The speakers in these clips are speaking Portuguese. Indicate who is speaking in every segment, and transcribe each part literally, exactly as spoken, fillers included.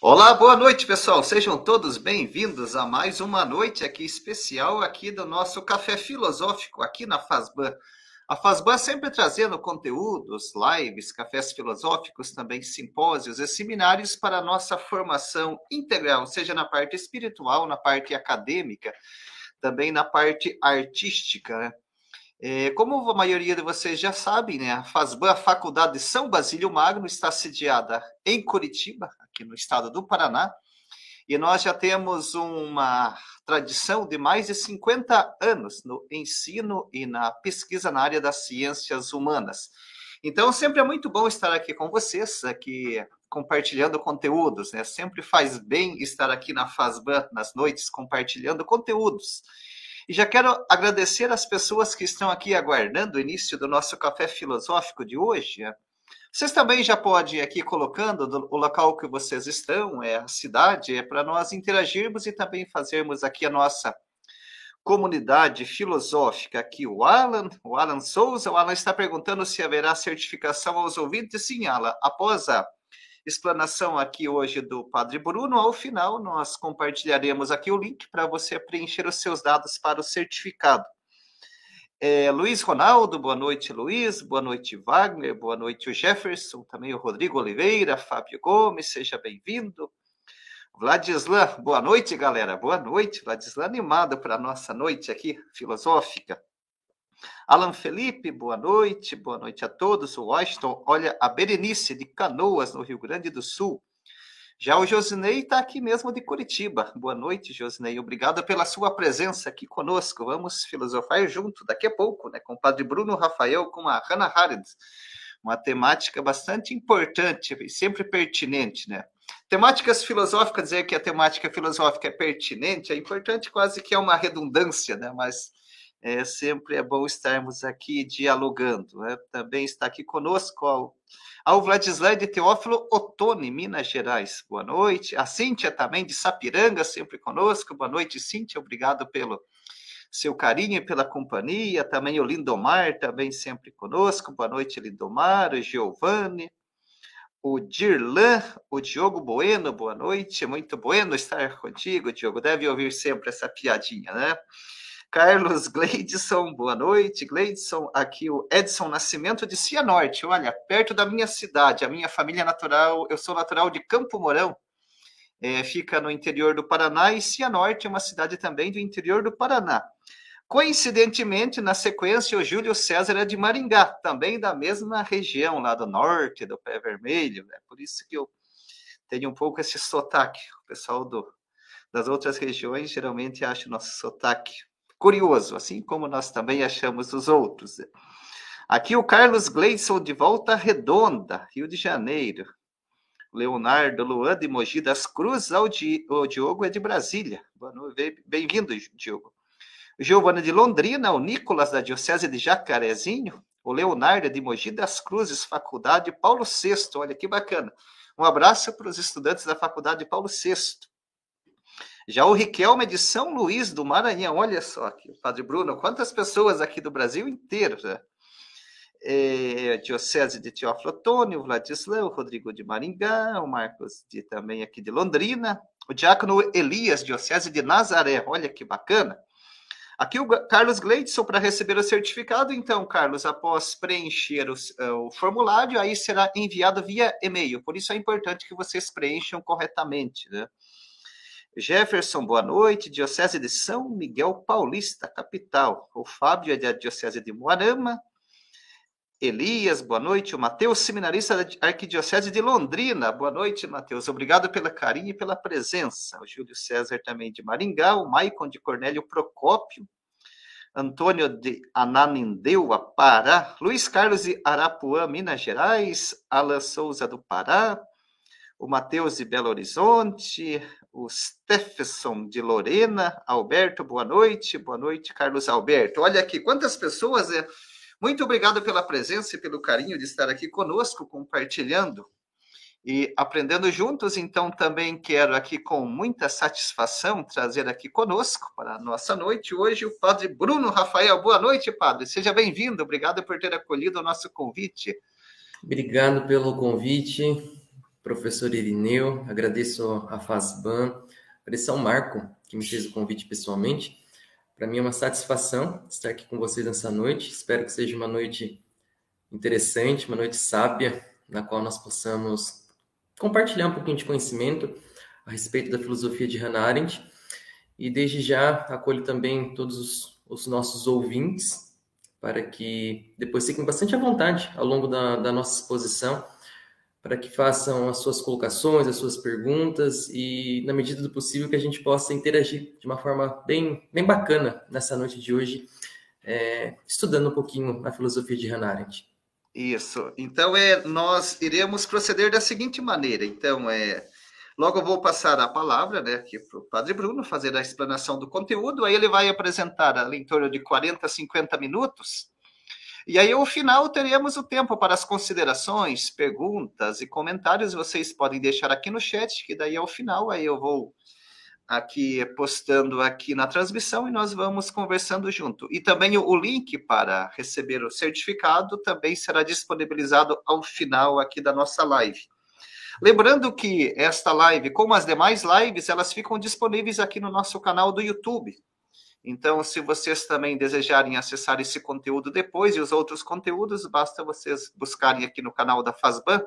Speaker 1: Olá, boa noite, pessoal. Sejam todos bem-vindos a mais uma noite aqui especial aqui do nosso Café Filosófico aqui na Fasban. A Fasban sempre trazendo conteúdos, lives, cafés filosóficos, também simpósios e seminários para a nossa formação integral, seja na parte espiritual, na parte acadêmica, também na parte artística, né? É, como a maioria de vocês já sabem, né, a Fasban, a Faculdade de São Basílio Magno, está sediada em Curitiba, aqui no estado do Paraná, e nós já temos uma tradição de mais de cinquenta anos no ensino e na pesquisa na área das ciências humanas. Então, sempre é muito bom estar aqui com vocês, aqui compartilhando conteúdos, né? Sempre faz bem estar aqui na Fasban, nas noites, compartilhando conteúdos. E já quero agradecer as pessoas que estão aqui aguardando o início do nosso café filosófico de hoje. Vocês também já podem ir aqui colocando o local que vocês estão, é a cidade, é para nós interagirmos e também fazermos aqui a nossa comunidade filosófica. Aqui o Alan, o Alan Souza, o Alan está perguntando se haverá certificação aos ouvintes. Sim, Alan, após a explanação aqui hoje do Padre Bruno, ao final nós compartilharemos aqui o link para você preencher os seus dados para o certificado. É, Luiz Ronaldo, boa noite, Luiz, boa noite, Wagner, boa noite, o Jefferson, também o Rodrigo Oliveira, Fábio Gomes, seja bem-vindo. Vladislan, boa noite, galera, boa noite, Vladislan animado para a nossa noite aqui, filosófica. Alan Felipe, boa noite, boa noite a todos. O Washington, olha, a Berenice de Canoas, no Rio Grande do Sul. Já o Josinei está aqui mesmo de Curitiba. Boa noite, Josinei. Obrigado pela sua presença aqui conosco. Vamos filosofar junto daqui a pouco, né? Com o Padre Bruno Rafael, com a Hannah Arendt. Uma temática bastante importante e sempre pertinente, né? Temáticas filosóficas, dizer que a temática filosófica é pertinente, é importante, quase que é uma redundância, né? Mas É, sempre é bom estarmos aqui dialogando, né? Também está aqui conosco ao, ao Vladislan de Teófilo Otoni, Minas Gerais. Boa noite. A Cíntia também de Sapiranga, sempre conosco. Boa noite, Cíntia. Obrigado pelo seu carinho e pela companhia. Também o Lindomar, também sempre conosco. Boa noite, Lindomar. O Giovanni. O Dirlan, o Diogo Bueno, boa noite. Muito bueno estar contigo, Diogo. Deve ouvir sempre essa piadinha, né? Carlos Gleidson, boa noite. Gleidson, aqui o Edson Nascimento de Cianorte, olha, perto da minha cidade, a minha família natural, eu sou natural de Campo Mourão, é, fica no interior do Paraná, e Cianorte é uma cidade também do interior do Paraná. Coincidentemente, na sequência, o Júlio César é de Maringá, também da mesma região, lá do norte, do Pé Vermelho, né? Por isso que eu tenho um pouco esse sotaque. O pessoal do, das outras regiões geralmente acha o nosso sotaque curioso, assim como nós também achamos os outros. Aqui o Carlos Gleidson de Volta Redonda, Rio de Janeiro. Leonardo Luan de Mogi das Cruzes, o Diogo é de Brasília. Bem-vindo, Diogo. Giovana de Londrina, o Nicolas da Diocese de Jacarezinho, o Leonardo de Mogi das Cruzes, Faculdade Paulo sexto, olha que bacana. Um abraço para os estudantes da Faculdade Paulo sexto. Já o Riquelme de São Luís do Maranhão, olha só aqui, Padre Bruno, quantas pessoas aqui do Brasil inteiro, né? É, Diocese de Teófilo Otoni, o Vladislau, o Rodrigo de Maringá, o Marcos de, também aqui de Londrina, o Diácono Elias, Diocese de Nazaré, olha que bacana. Aqui o Carlos Gleidson para receber o certificado, então, Carlos, após preencher os, uh, o formulário, aí será enviado via e-mail, por isso é importante que vocês preencham corretamente, né? Jefferson, boa noite, Diocese de São Miguel Paulista, capital. O Fábio é da Diocese de Moarama. Elias, boa noite. O Mateus, seminarista da Arquidiocese de Londrina. Boa noite, Mateus. Obrigado pela carinho e pela presença. O Júlio César também de Maringá. O Maicon de Cornélio Procópio. Antônio de Ananindeua, Pará. Luiz Carlos de Arapuã, Minas Gerais. Alan Souza do Pará. O Matheus de Belo Horizonte, o Stephenson de Lorena, Alberto, boa noite, boa noite, Carlos Alberto. Olha aqui, quantas pessoas, é... muito obrigado pela presença e pelo carinho de estar aqui conosco, compartilhando e aprendendo juntos. Então, também quero aqui, com muita satisfação, trazer aqui conosco, para a nossa noite, hoje, o Padre Bruno Rafael. Boa noite, Padre, seja bem-vindo, obrigado por ter acolhido o nosso convite.
Speaker 2: Obrigado pelo convite. professor Irineu, agradeço a FASBAN, agradeço ao Marco, que me fez o convite pessoalmente. Para mim é uma satisfação estar aqui com vocês nessa noite. Espero que seja uma noite interessante, uma noite sábia, na qual nós possamos compartilhar um pouquinho de conhecimento a respeito da filosofia de Hannah Arendt. E desde já acolho também todos os, os nossos ouvintes, para que depois fiquem bastante à vontade ao longo da, da nossa exposição, para que façam as suas colocações, as suas perguntas e, na medida do possível, que a gente possa interagir de uma forma bem, bem bacana nessa noite de hoje, é, estudando um pouquinho a filosofia de Hannah Arendt.
Speaker 1: Isso. Então, é, nós iremos proceder da seguinte maneira. Então, é, logo eu vou passar a palavra, né, aqui para o Padre Bruno, fazer a explanação do conteúdo, aí ele vai apresentar a em torno de quarenta, cinquenta minutos, e aí, ao final, teremos o tempo para as considerações, perguntas e comentários. Vocês podem deixar aqui no chat, que daí, ao final, aí eu vou aqui postando aqui na transmissão e nós vamos conversando junto. E também o link para receber o certificado também será disponibilizado ao final aqui da nossa live. Lembrando que esta live, como as demais lives, elas ficam disponíveis aqui no nosso canal do YouTube. Então, se vocês também desejarem acessar esse conteúdo depois e os outros conteúdos, basta vocês buscarem aqui no canal da FASBAN.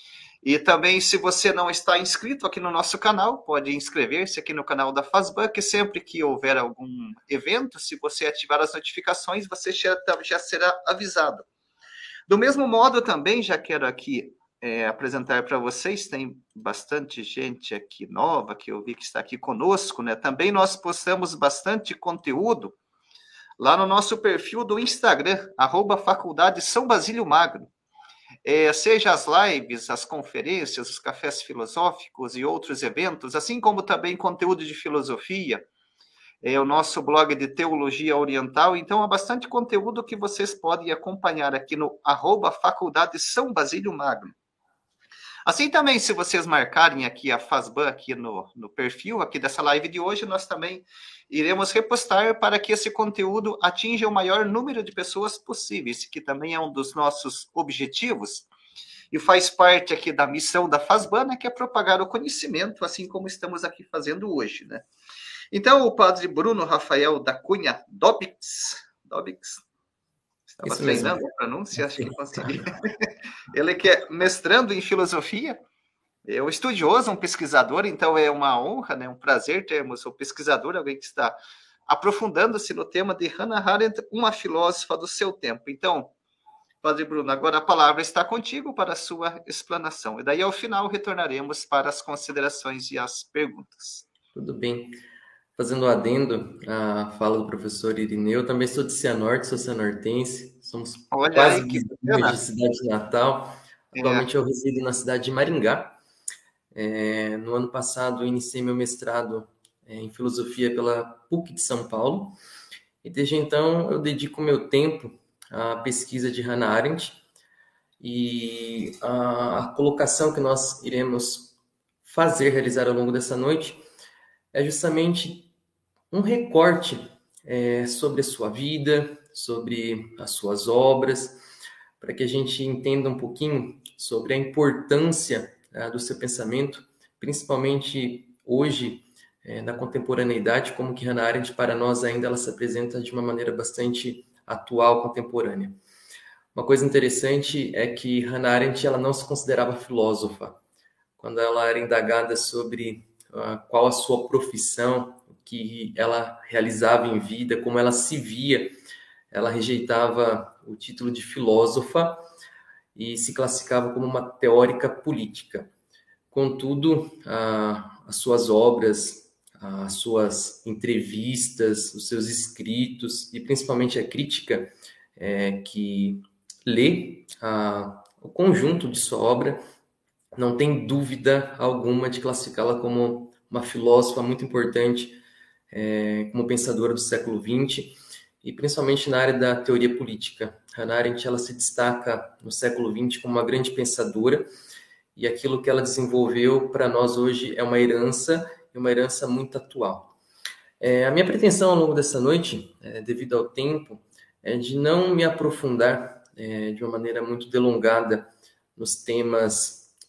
Speaker 1: E também, se você não está inscrito aqui no nosso canal, pode inscrever-se aqui no canal da FASBAN, que sempre que houver algum evento, se você ativar as notificações, você já, já será avisado. Do mesmo modo, também já quero aqui É, apresentar para vocês, tem bastante gente aqui nova, que eu vi que está aqui conosco, né? Também nós postamos bastante conteúdo lá no nosso perfil do Instagram, arroba Faculdade São Basílio Magno. É, seja as lives, as conferências, os cafés filosóficos e outros eventos, assim como também conteúdo de filosofia, é, o nosso blog de teologia oriental. Então, há bastante conteúdo que vocês podem acompanhar aqui no arroba Faculdade São Basílio Magno. Assim também, se vocês marcarem aqui a FASBAN aqui no, no perfil aqui dessa live de hoje, nós também iremos repostar para que esse conteúdo atinja o maior número de pessoas possíveis, que também é um dos nossos objetivos e faz parte aqui da missão da FASBAN, né, que é propagar o conhecimento, assim como estamos aqui fazendo hoje, né? Então, o padre Bruno Rafael da Cunha Dobix, Dobix Estava Isso treinando mesmo. A pronúncia, acho que consegui. Ele que é mestrando em filosofia, é um estudioso, um pesquisador, então é uma honra, né, um prazer termos o pesquisador, alguém que está aprofundando-se no tema de Hannah Arendt, uma filósofa do seu tempo. Então, Padre Bruno, agora a palavra está contigo para a sua explanação. E daí, ao final, retornaremos para as considerações e as perguntas.
Speaker 2: Tudo bem. Fazendo um adendo à fala do professor Irineu, também sou de Cianorte, sou cianortense, somos Olha quase vizinhos de cidade de Natal. Atualmente é. eu resido na cidade de Maringá. É, no ano passado, eu iniciei meu mestrado é, em filosofia pela P U C de São Paulo, e desde então eu dedico meu tempo à pesquisa de Hannah Arendt, e a, a colocação que nós iremos fazer, realizar ao longo dessa noite, é justamente um recorte é, sobre a sua vida, sobre as suas obras, para que a gente entenda um pouquinho sobre a importância é, do seu pensamento, principalmente hoje, é, na contemporaneidade, como que Hannah Arendt, para nós ainda, ela se apresenta de uma maneira bastante atual, contemporânea. Uma coisa interessante é que Hannah Arendt, ela não se considerava filósofa. Quando ela era indagada sobre uh, qual a sua profissão, que ela realizava em vida, como ela se via, ela rejeitava o título de filósofa e se classificava como uma teórica política. Contudo, a, as suas obras, as suas entrevistas, os seus escritos e principalmente a crítica é, que lê a, o conjunto de sua obra, não tem dúvida alguma de classificá-la como uma filósofa muito importante, É, como pensadora do século vinte, e principalmente na área da teoria política. Hannah Arendt, ela se destaca no século vinte como uma grande pensadora, e aquilo que ela desenvolveu para nós hoje é uma herança, e uma herança muito atual. É, a minha pretensão ao longo dessa noite, é, devido ao tempo, é de não me aprofundar é, de uma maneira muito delongada nos temas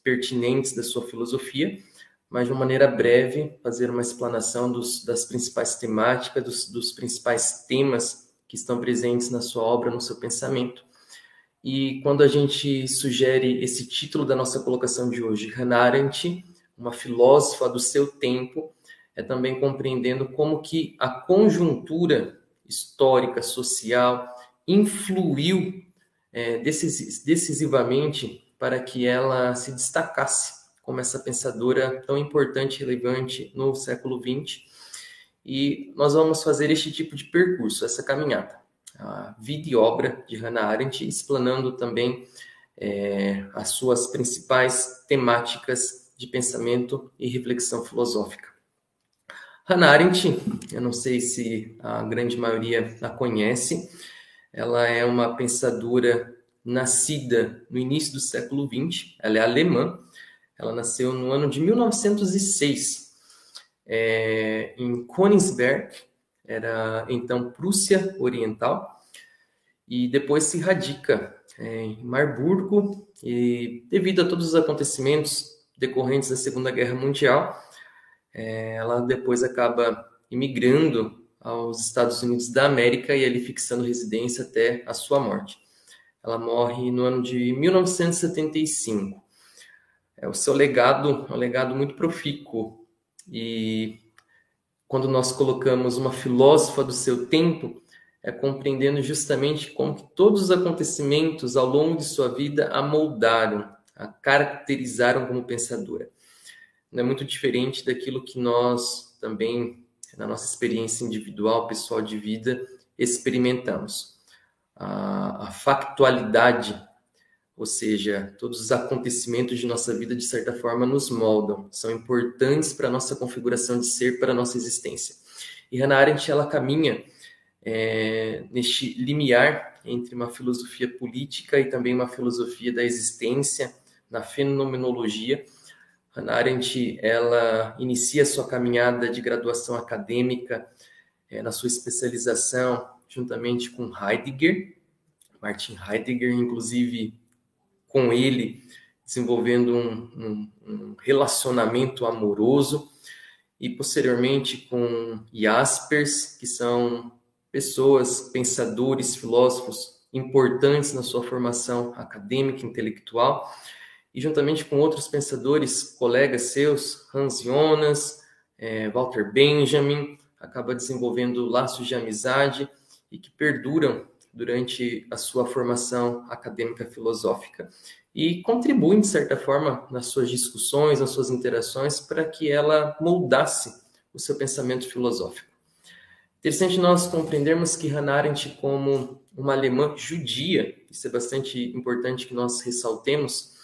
Speaker 2: pertinentes da sua filosofia, mas de uma maneira breve, fazer uma explanação dos, das principais temáticas, dos, dos principais temas que estão presentes na sua obra, no seu pensamento. E quando a gente sugere esse título da nossa colocação de hoje, Hannah Arendt, uma filósofa do seu tempo, é também compreendendo como que a conjuntura histórica, social, influiu é, decis, decisivamente para que ela se destacasse como essa pensadora tão importante e relevante no século vinte. E nós vamos fazer este tipo de percurso, essa caminhada, a vida e obra de Hannah Arendt, explanando também é, as suas principais temáticas de pensamento e reflexão filosófica. Hannah Arendt, eu não sei se a grande maioria a conhece, ela é uma pensadora nascida no início do século vinte, ela é alemã, ela nasceu no ano de mil novecentos e seis, é, em Königsberg, era então Prússia Oriental, e depois se radica é, em Marburgo, e devido a todos os acontecimentos decorrentes da Segunda Guerra Mundial, é, ela depois acaba imigrando aos Estados Unidos da América e ali fixando residência até a sua morte. Ela morre no ano de mil novecentos e setenta e cinco. É, o seu legado é um legado muito profícuo, e quando nós colocamos uma filósofa do seu tempo, é compreendendo justamente como que todos os acontecimentos ao longo de sua vida a moldaram, a caracterizaram como pensadora. Não é muito diferente daquilo que nós também, na nossa experiência individual, pessoal de vida, experimentamos. A, a factualidade, ou seja, todos os acontecimentos de nossa vida, de certa forma, nos moldam, são importantes para a nossa configuração de ser, para a nossa existência. E Hannah Arendt, ela caminha é, neste limiar entre uma filosofia política e também uma filosofia da existência, na fenomenologia. Hannah Arendt, ela inicia sua caminhada de graduação acadêmica é, na sua especialização, juntamente com Heidegger, Martin Heidegger, inclusive com ele, desenvolvendo um, um, um relacionamento amoroso, e posteriormente com Jaspers, que são pessoas, pensadores, filósofos importantes na sua formação acadêmica, intelectual, e juntamente com outros pensadores, colegas seus, Hans Jonas, é, Walter Benjamin, acaba desenvolvendo laços de amizade e que perduram durante a sua formação acadêmica filosófica e contribuem, de certa forma, nas suas discussões, nas suas interações, para que ela moldasse o seu pensamento filosófico. Interessante nós compreendermos que Hannah Arendt, como uma alemã judia, isso é bastante importante que nós ressaltemos,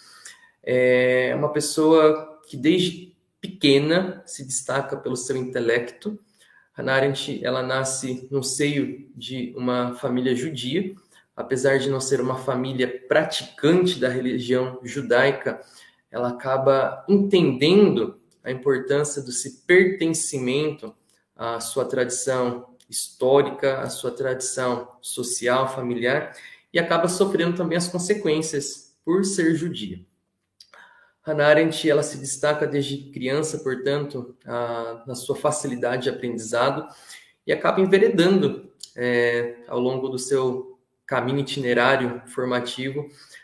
Speaker 2: é uma pessoa que desde pequena se destaca pelo seu intelecto. Hannah Arendt, ela nasce no seio de uma família judia, apesar de não ser uma família praticante da religião judaica, ela acaba entendendo a importância do seu pertencimento à sua tradição histórica, à sua tradição social, familiar, e acaba sofrendo também as consequências por ser judia. Hannah Arendt, ela se destaca desde criança, portanto, a, na sua facilidade de aprendizado e acaba enveredando é, ao longo do seu caminho itinerário formativo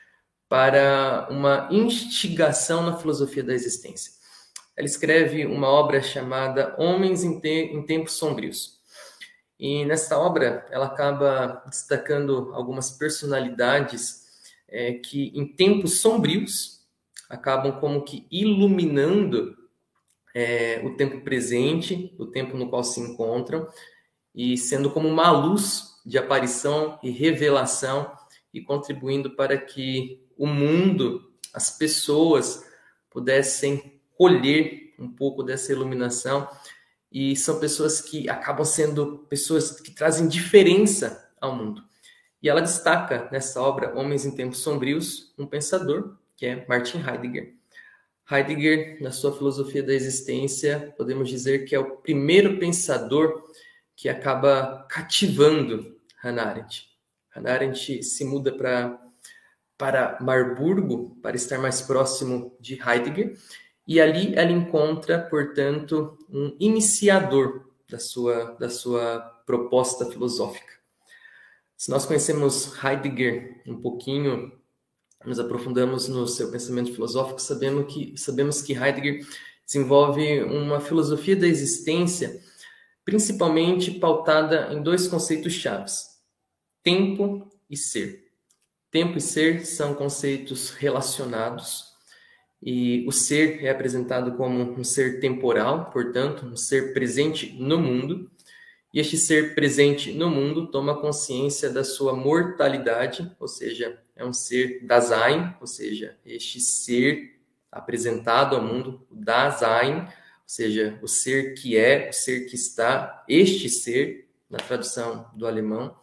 Speaker 2: para uma instigação na filosofia da existência. Ela escreve uma obra chamada Homens em, Te- em Tempos Sombrios. E nessa obra, ela acaba destacando algumas personalidades é, que, em tempos sombrios, acabam como que iluminando é, o tempo presente, o tempo no qual se encontram, e sendo como uma luz de aparição e revelação, e contribuindo para que o mundo, as pessoas, pudessem colher um pouco dessa iluminação, e são pessoas que acabam sendo pessoas que trazem diferença ao mundo. E ela destaca nessa obra, Homens em Tempos Sombrios, um pensador, que é Martin Heidegger. Heidegger, na sua filosofia da existência, podemos dizer que é o primeiro pensador que acaba cativando Hannah Arendt. Hannah Arendt se muda para para Marburgo, para estar mais próximo de Heidegger, e ali ela encontra, portanto, um iniciador da sua, da sua proposta filosófica. Se nós conhecemos Heidegger um pouquinho, nos aprofundamos no seu pensamento filosófico, sabemos que, sabemos que Heidegger desenvolve uma filosofia da existência principalmente pautada em dois conceitos chaves: tempo e ser. Tempo e ser são conceitos relacionados, e o ser é apresentado como um ser temporal, portanto, um ser presente no mundo, e este ser presente no mundo toma consciência da sua mortalidade, ou seja, é um ser Dasein, ou seja, este ser apresentado ao mundo, o Dasein, ou seja, o ser que é, o ser que está, este ser, na tradução do alemão,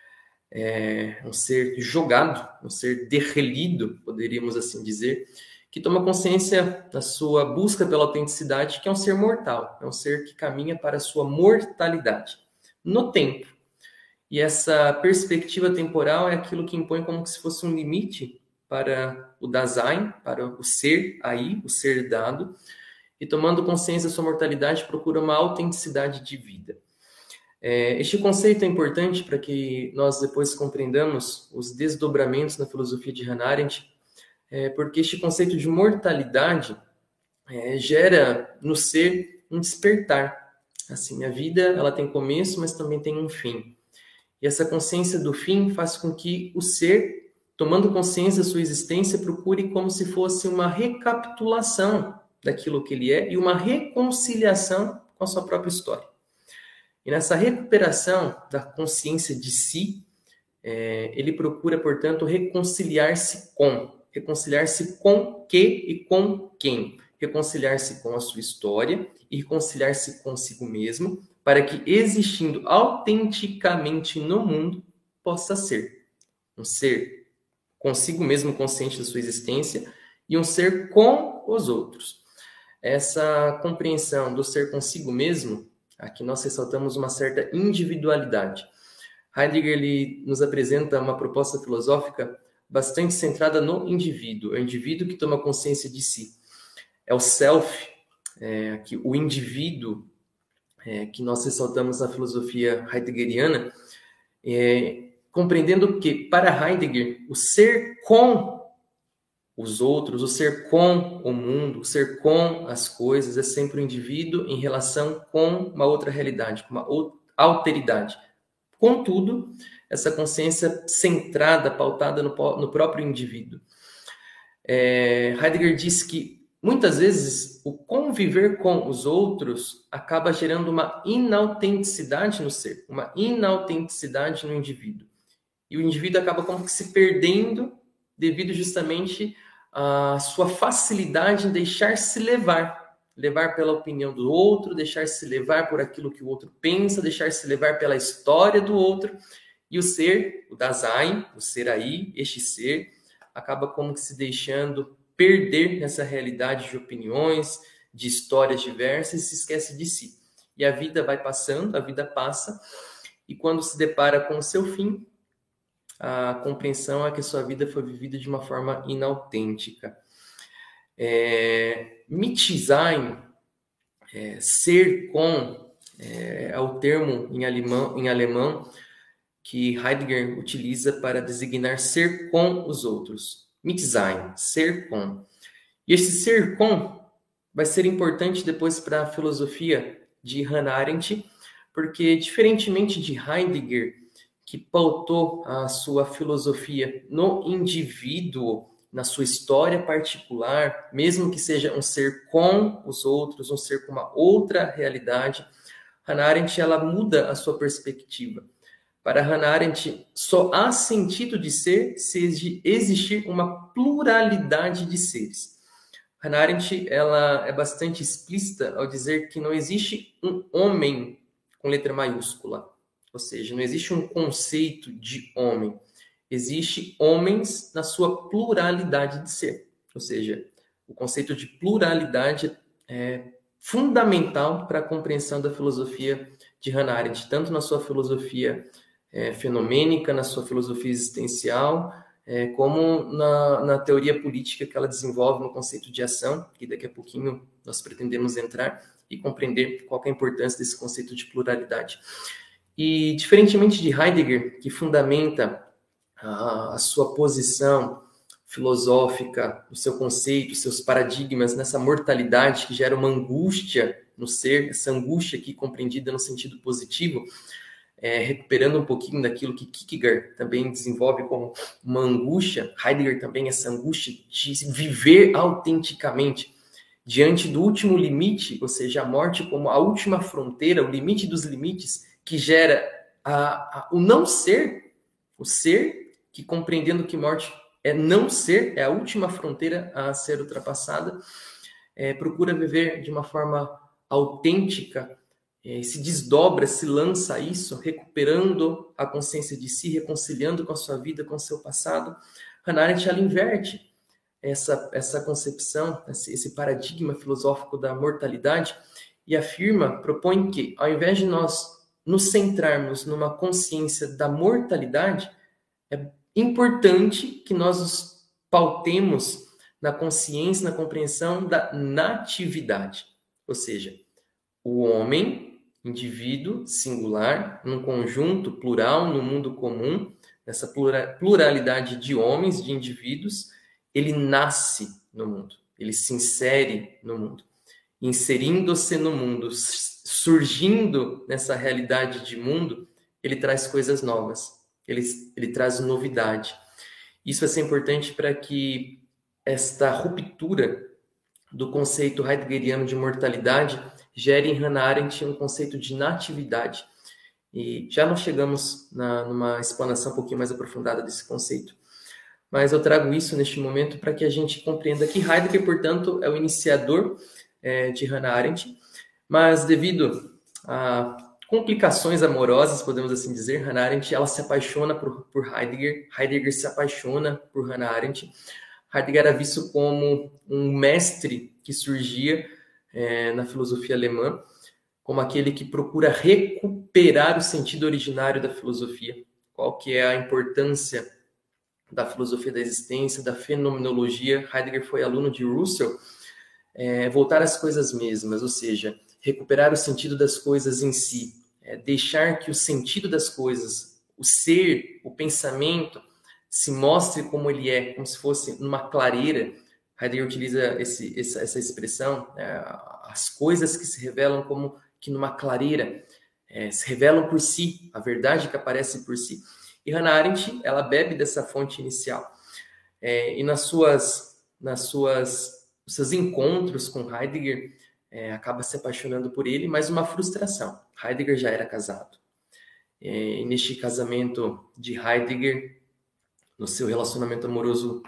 Speaker 2: é um ser jogado, um ser derrelido, poderíamos assim dizer, que toma consciência da sua busca pela autenticidade, que é um ser mortal, é um ser que caminha para a sua mortalidade no tempo. E essa perspectiva temporal é aquilo que impõe como se fosse um limite para o Dasein, para o ser aí, o ser dado, e tomando consciência da sua mortalidade, procura uma autenticidade de vida. É, este conceito é importante para que nós depois compreendamos os desdobramentos na filosofia de Hannah Arendt, é, porque este conceito de mortalidade é, gera no ser um despertar. Assim, a vida ela tem começo, mas também tem um fim. E essa consciência do fim faz com que o ser, tomando consciência da sua existência, procure como se fosse uma recapitulação daquilo que ele é e uma reconciliação com a sua própria história. E nessa recuperação da consciência de si, é, ele procura, portanto, reconciliar-se com. Reconciliar-se com que e com quem? Reconciliar-se com a sua história e reconciliar-se consigo mesmo, para que, existindo autenticamente no mundo, possa ser um ser consigo mesmo consciente da sua existência e um ser com os outros. Essa compreensão do ser consigo mesmo, aqui nós ressaltamos uma certa individualidade. Heidegger ele nos apresenta uma proposta filosófica bastante centrada no indivíduo, é o indivíduo que toma consciência de si. É o self, é, que o indivíduo é, que nós ressaltamos na filosofia heideggeriana, é, compreendendo que, para Heidegger, o ser com os outros, o ser com o mundo, o ser com as coisas, é sempre o indivíduo em relação com uma outra realidade, com uma alteridade. Contudo, essa consciência centrada, pautada no, no próprio indivíduo. É, Heidegger diz que, muitas vezes, o conviver com os outros acaba gerando uma inautenticidade no ser, uma inautenticidade no indivíduo. E o indivíduo acaba como que se perdendo devido justamente à sua facilidade em deixar-se levar. Levar pela opinião do outro, deixar-se levar por aquilo que o outro pensa, deixar-se levar pela história do outro. E o ser, o Dasein, o ser aí, este ser, acaba como que se deixando perder nessa realidade de opiniões, de histórias diversas, e se esquece de si. E a vida vai passando, a vida passa, e quando se depara com o seu fim, a compreensão é que sua vida foi vivida de uma forma inautêntica. É, Mitsein, é, ser com, é, é o termo em alemão, em alemão que Heidegger utiliza para designar ser com os outros. Mitsein, ser com. E esse ser com vai ser importante depois para a filosofia de Hannah Arendt, porque, diferentemente de Heidegger, que pautou a sua filosofia no indivíduo, na sua história particular, mesmo que seja um ser com os outros, um ser com uma outra realidade, Hannah Arendt ela muda a sua perspectiva. Para Hannah Arendt, só há sentido de ser se existir uma pluralidade de seres. Hannah Arendt ela é bastante explícita ao dizer que não existe um homem com letra maiúscula. Ou seja, não existe um conceito de homem. Existe homens na sua pluralidade de ser. Ou seja, o conceito de pluralidade é fundamental para a compreensão da filosofia de Hannah Arendt, tanto na sua filosofia é, fenomênica, na sua filosofia existencial, é, como na, na teoria política que ela desenvolve no conceito de ação, que daqui a pouquinho nós pretendemos entrar e compreender qual que é a importância desse conceito de pluralidade. E, diferentemente de Heidegger, que fundamenta a, a sua posição filosófica, o seu conceito, seus paradigmas nessa mortalidade que gera uma angústia no ser, essa angústia aqui compreendida no sentido positivo, é, recuperando um pouquinho daquilo que Kierkegaard também desenvolve como uma angústia, Heidegger também essa angústia de viver autenticamente diante do último limite, ou seja, a morte como a última fronteira, o limite dos limites que gera a, a, o não ser, o ser que compreendendo que morte é não ser, é a última fronteira a ser ultrapassada, é, procura viver de uma forma autêntica, é, se desdobra, se lança a isso, recuperando a consciência de si, reconciliando com a sua vida, com o seu passado. Hannah Arendt, ela inverte essa, essa concepção, esse, esse paradigma filosófico da mortalidade e afirma, propõe que, ao invés de nós nos centrarmos numa consciência da mortalidade, é importante que nós nos pautemos na consciência, na compreensão da natividade, ou seja, o homem, indivíduo, singular, num conjunto plural, no mundo comum, nessa pluralidade de homens, de indivíduos, ele nasce no mundo, ele se insere no mundo, inserindo-se no mundo, surgindo nessa realidade de mundo, ele traz coisas novas, ele, ele traz novidade. Isso vai ser importante para que esta ruptura do conceito heideggeriano de mortalidade gere em Hannah Arendt um conceito de natividade. E já nós chegamos na, numa explanação um pouquinho mais aprofundada desse conceito. Mas eu trago isso neste momento para que a gente compreenda que Heidegger, portanto, é o iniciador é, de Hannah Arendt, mas devido a complicações amorosas, podemos assim dizer, Hannah Arendt ela se apaixona por, por Heidegger, Heidegger se apaixona por Hannah Arendt. Heidegger era visto como um mestre que surgia é, na filosofia alemã, como aquele que procura recuperar o sentido originário da filosofia. Qual que é a importância da filosofia da existência, da fenomenologia? Heidegger foi aluno de Russell. É, voltar às coisas mesmas, ou seja, recuperar o sentido das coisas em si, é, deixar que o sentido das coisas, o ser, o pensamento, se mostre como ele é, como se fosse numa clareira. Heidegger utiliza esse, essa, essa expressão, é, as coisas que se revelam como que numa clareira, é, se revelam por si, a verdade que aparece por si. E Hannah Arendt, ela bebe dessa fonte inicial. É, e nas suas, nas suas, nos seus encontros com Heidegger, é, acaba se apaixonando por ele, mas uma frustração. Heidegger já era casado. É, e neste casamento de Heidegger, no seu relacionamento amoroso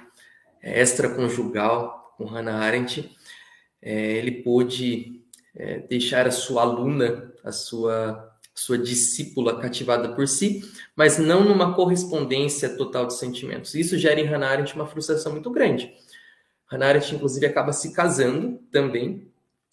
Speaker 2: extraconjugal com Hannah Arendt, é, ele pôde é, deixar a sua aluna, a sua, sua discípula cativada por si, mas não numa correspondência total de sentimentos. Isso gera em Hannah Arendt uma frustração muito grande. Hannah Arendt, inclusive, acaba se casando também,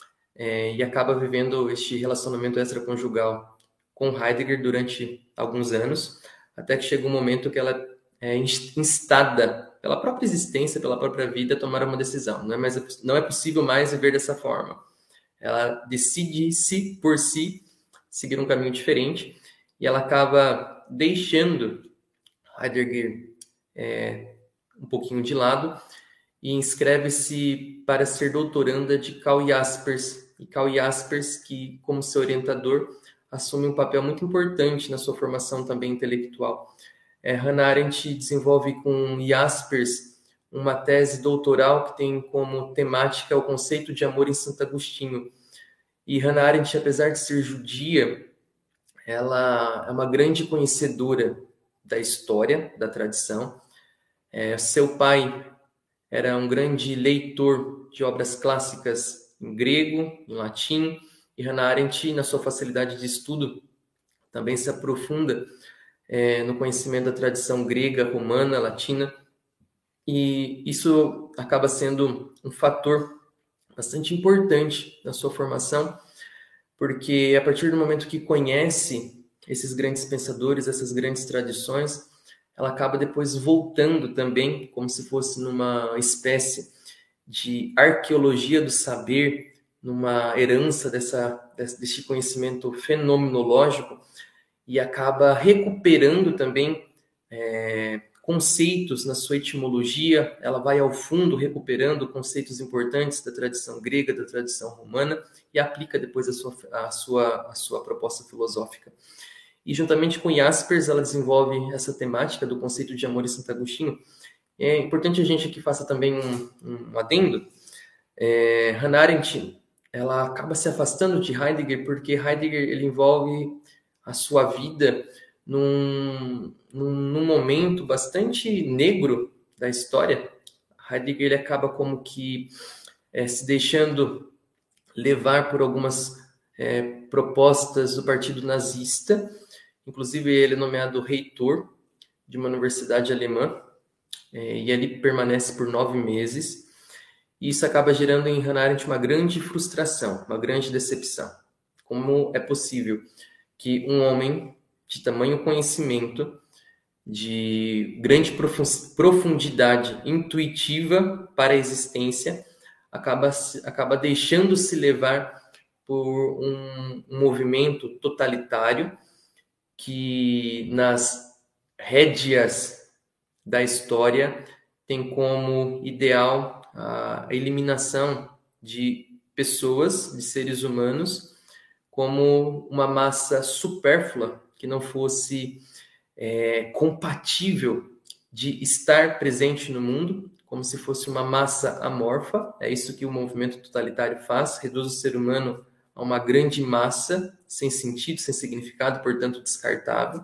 Speaker 2: é, e acaba vivendo este relacionamento extraconjugal com Heidegger durante alguns anos, até que chega um momento que ela é instada pela própria existência, pela própria vida, a tomar uma decisão. Não é, mais, não é possível mais viver dessa forma. Ela decide-se por si seguir um caminho diferente e ela acaba deixando Heidegger é, um pouquinho de lado e inscreve-se para ser doutoranda de Karl Jaspers. E Karl Jaspers, que como seu orientador, assume um papel muito importante na sua formação também intelectual. É, Hannah Arendt desenvolve com Jaspers uma tese doutoral que tem como temática o conceito de amor em Santo Agostinho. E Hannah Arendt, apesar de ser judia, ela é uma grande conhecedora da história, da tradição. É, seu pai era um grande leitor de obras clássicas em grego, em latim, e Hannah Arendt, na sua facilidade de estudo, também se aprofunda é, no conhecimento da tradição grega, romana, latina, e isso acaba sendo um fator bastante importante na sua formação, porque a partir do momento que conhece esses grandes pensadores, essas grandes tradições, ela acaba depois voltando também, como se fosse numa espécie de arqueologia do saber, numa herança dessa, desse conhecimento fenomenológico, e acaba recuperando também é, conceitos na sua etimologia. Ela vai ao fundo recuperando conceitos importantes da tradição grega, da tradição romana, e aplica depois a sua, a sua, a sua proposta filosófica. E juntamente com Jaspers, ela desenvolve essa temática do conceito de amor em Santo Agostinho. É importante a gente aqui faça também um, um adendo. É, Hannah Arendt, ela acaba se afastando de Heidegger, porque Heidegger ele envolve a sua vida num, num, num momento bastante negro da história. Heidegger ele acaba como que é, se deixando levar por algumas é, propostas do partido nazista. Inclusive, ele é nomeado reitor de uma universidade alemã, é, e ele permanece por nove meses. E isso acaba gerando em Hannah Arendt uma grande frustração, uma grande decepção. Como é possível que um homem de tamanho conhecimento, de grande profundidade intuitiva para a existência, acaba, acaba deixando-se levar por um, um movimento totalitário que, nas rédeas da história, tem como ideal a eliminação de pessoas, de seres humanos, como uma massa supérflua que não fosse é, compatível de estar presente no mundo, como se fosse uma massa amorfa. É isso que o movimento totalitário faz, reduz o ser humano a uma grande massa, sem sentido, sem significado, portanto descartável.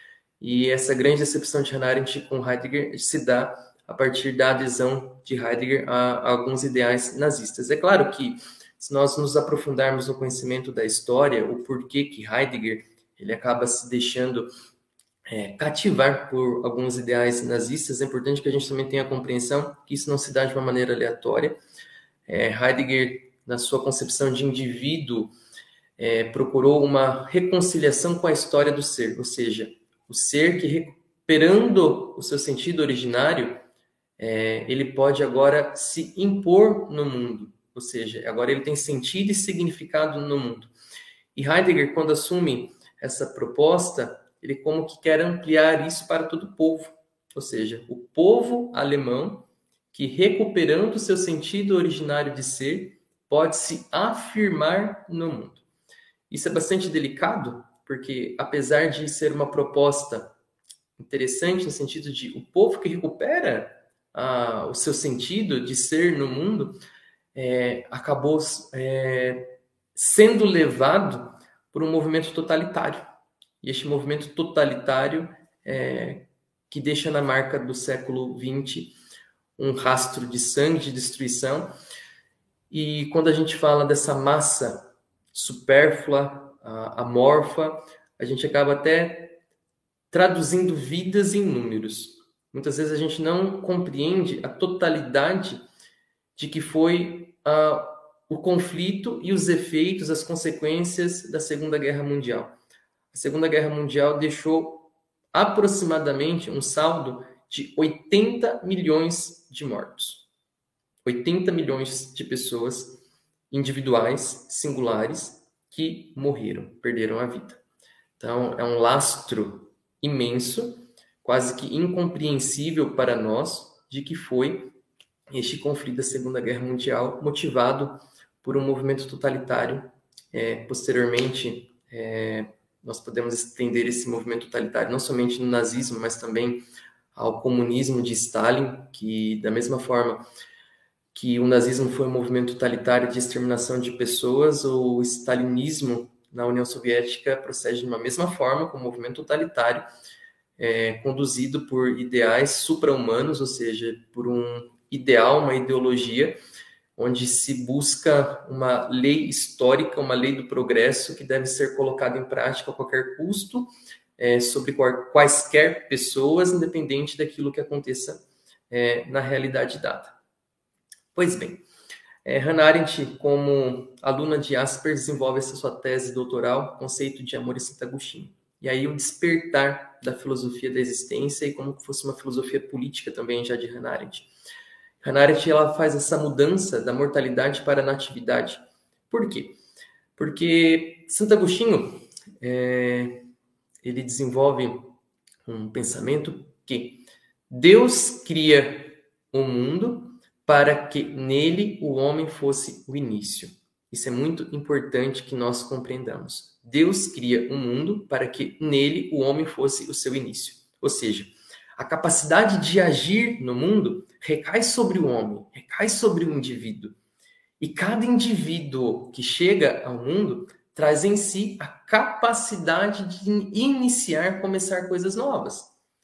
Speaker 2: E essa grande decepção de Hannah Arendt com Heidegger se dá a partir da adesão de Heidegger a, a alguns ideais nazistas. É claro que, se nós nos aprofundarmos no conhecimento da história, o porquê que Heidegger ele acaba se deixando é, cativar por alguns ideais nazistas, é importante que a gente também tenha a compreensão que isso não se dá de uma maneira aleatória. É, Heidegger, na sua concepção de indivíduo, é, procurou uma reconciliação com a história do ser, ou seja, o ser que, recuperando o seu sentido originário, é, ele pode agora se impor no mundo. Ou seja, agora ele tem sentido e significado no mundo. E Heidegger, quando assume essa proposta, ele como que quer ampliar isso para todo o povo. Ou seja, o povo alemão que, recuperando o seu sentido originário de ser, pode se afirmar no mundo. Isso é bastante delicado, porque apesar de ser uma proposta interessante no sentido de o povo que recupera ah, o seu sentido de ser no mundo, É, acabou é, sendo levado por um movimento totalitário. E este movimento totalitário é, que deixa na marca do século vinte um rastro de sangue, de destruição. E quando a gente fala dessa massa supérflua, amorfa, a gente acaba até traduzindo vidas em números. Muitas vezes a gente não compreende a totalidade de que foi uh, o conflito e os efeitos, as consequências da Segunda Guerra Mundial. A Segunda Guerra Mundial deixou aproximadamente um saldo de oitenta milhões de mortos. oitenta milhões de pessoas individuais, singulares, que morreram, perderam a vida. Então, é um lastro imenso, quase que incompreensível para nós, de que foi este conflito da Segunda Guerra Mundial, motivado por um movimento totalitário. É, posteriormente, é, nós podemos estender esse movimento totalitário não somente no nazismo, mas também ao comunismo de Stalin, que, da mesma forma que o nazismo foi um movimento totalitário de exterminação de pessoas, o stalinismo na União Soviética procede de uma mesma forma, com um movimento totalitário, é, conduzido por ideais supra-humanos, ou seja, por um ideal, uma ideologia, onde se busca uma lei histórica, uma lei do progresso que deve ser colocada em prática a qualquer custo, é, sobre quaisquer pessoas, independente daquilo que aconteça é, na realidade dada. Pois bem, é, Hannah Arendt, como aluna de Jaspers, desenvolve essa sua tese doutoral, conceito de amor em Santo Agostinho. E aí o despertar da filosofia da existência e como fosse uma filosofia política também já de Hannah Arendt. Hannah Arendt, ela faz essa mudança da mortalidade para a natividade. Por quê? Porque Santo Agostinho, é, ele desenvolve um pensamento que Deus cria o mundo para que nele o homem fosse o início. Isso é muito importante que nós compreendamos. Deus cria o mundo para que nele o homem fosse o seu início. Ou seja, a capacidade de agir no mundo recai sobre o homem, recai sobre o indivíduo. E cada indivíduo que chega ao mundo traz em si a capacidade de iniciar, começar coisas novas.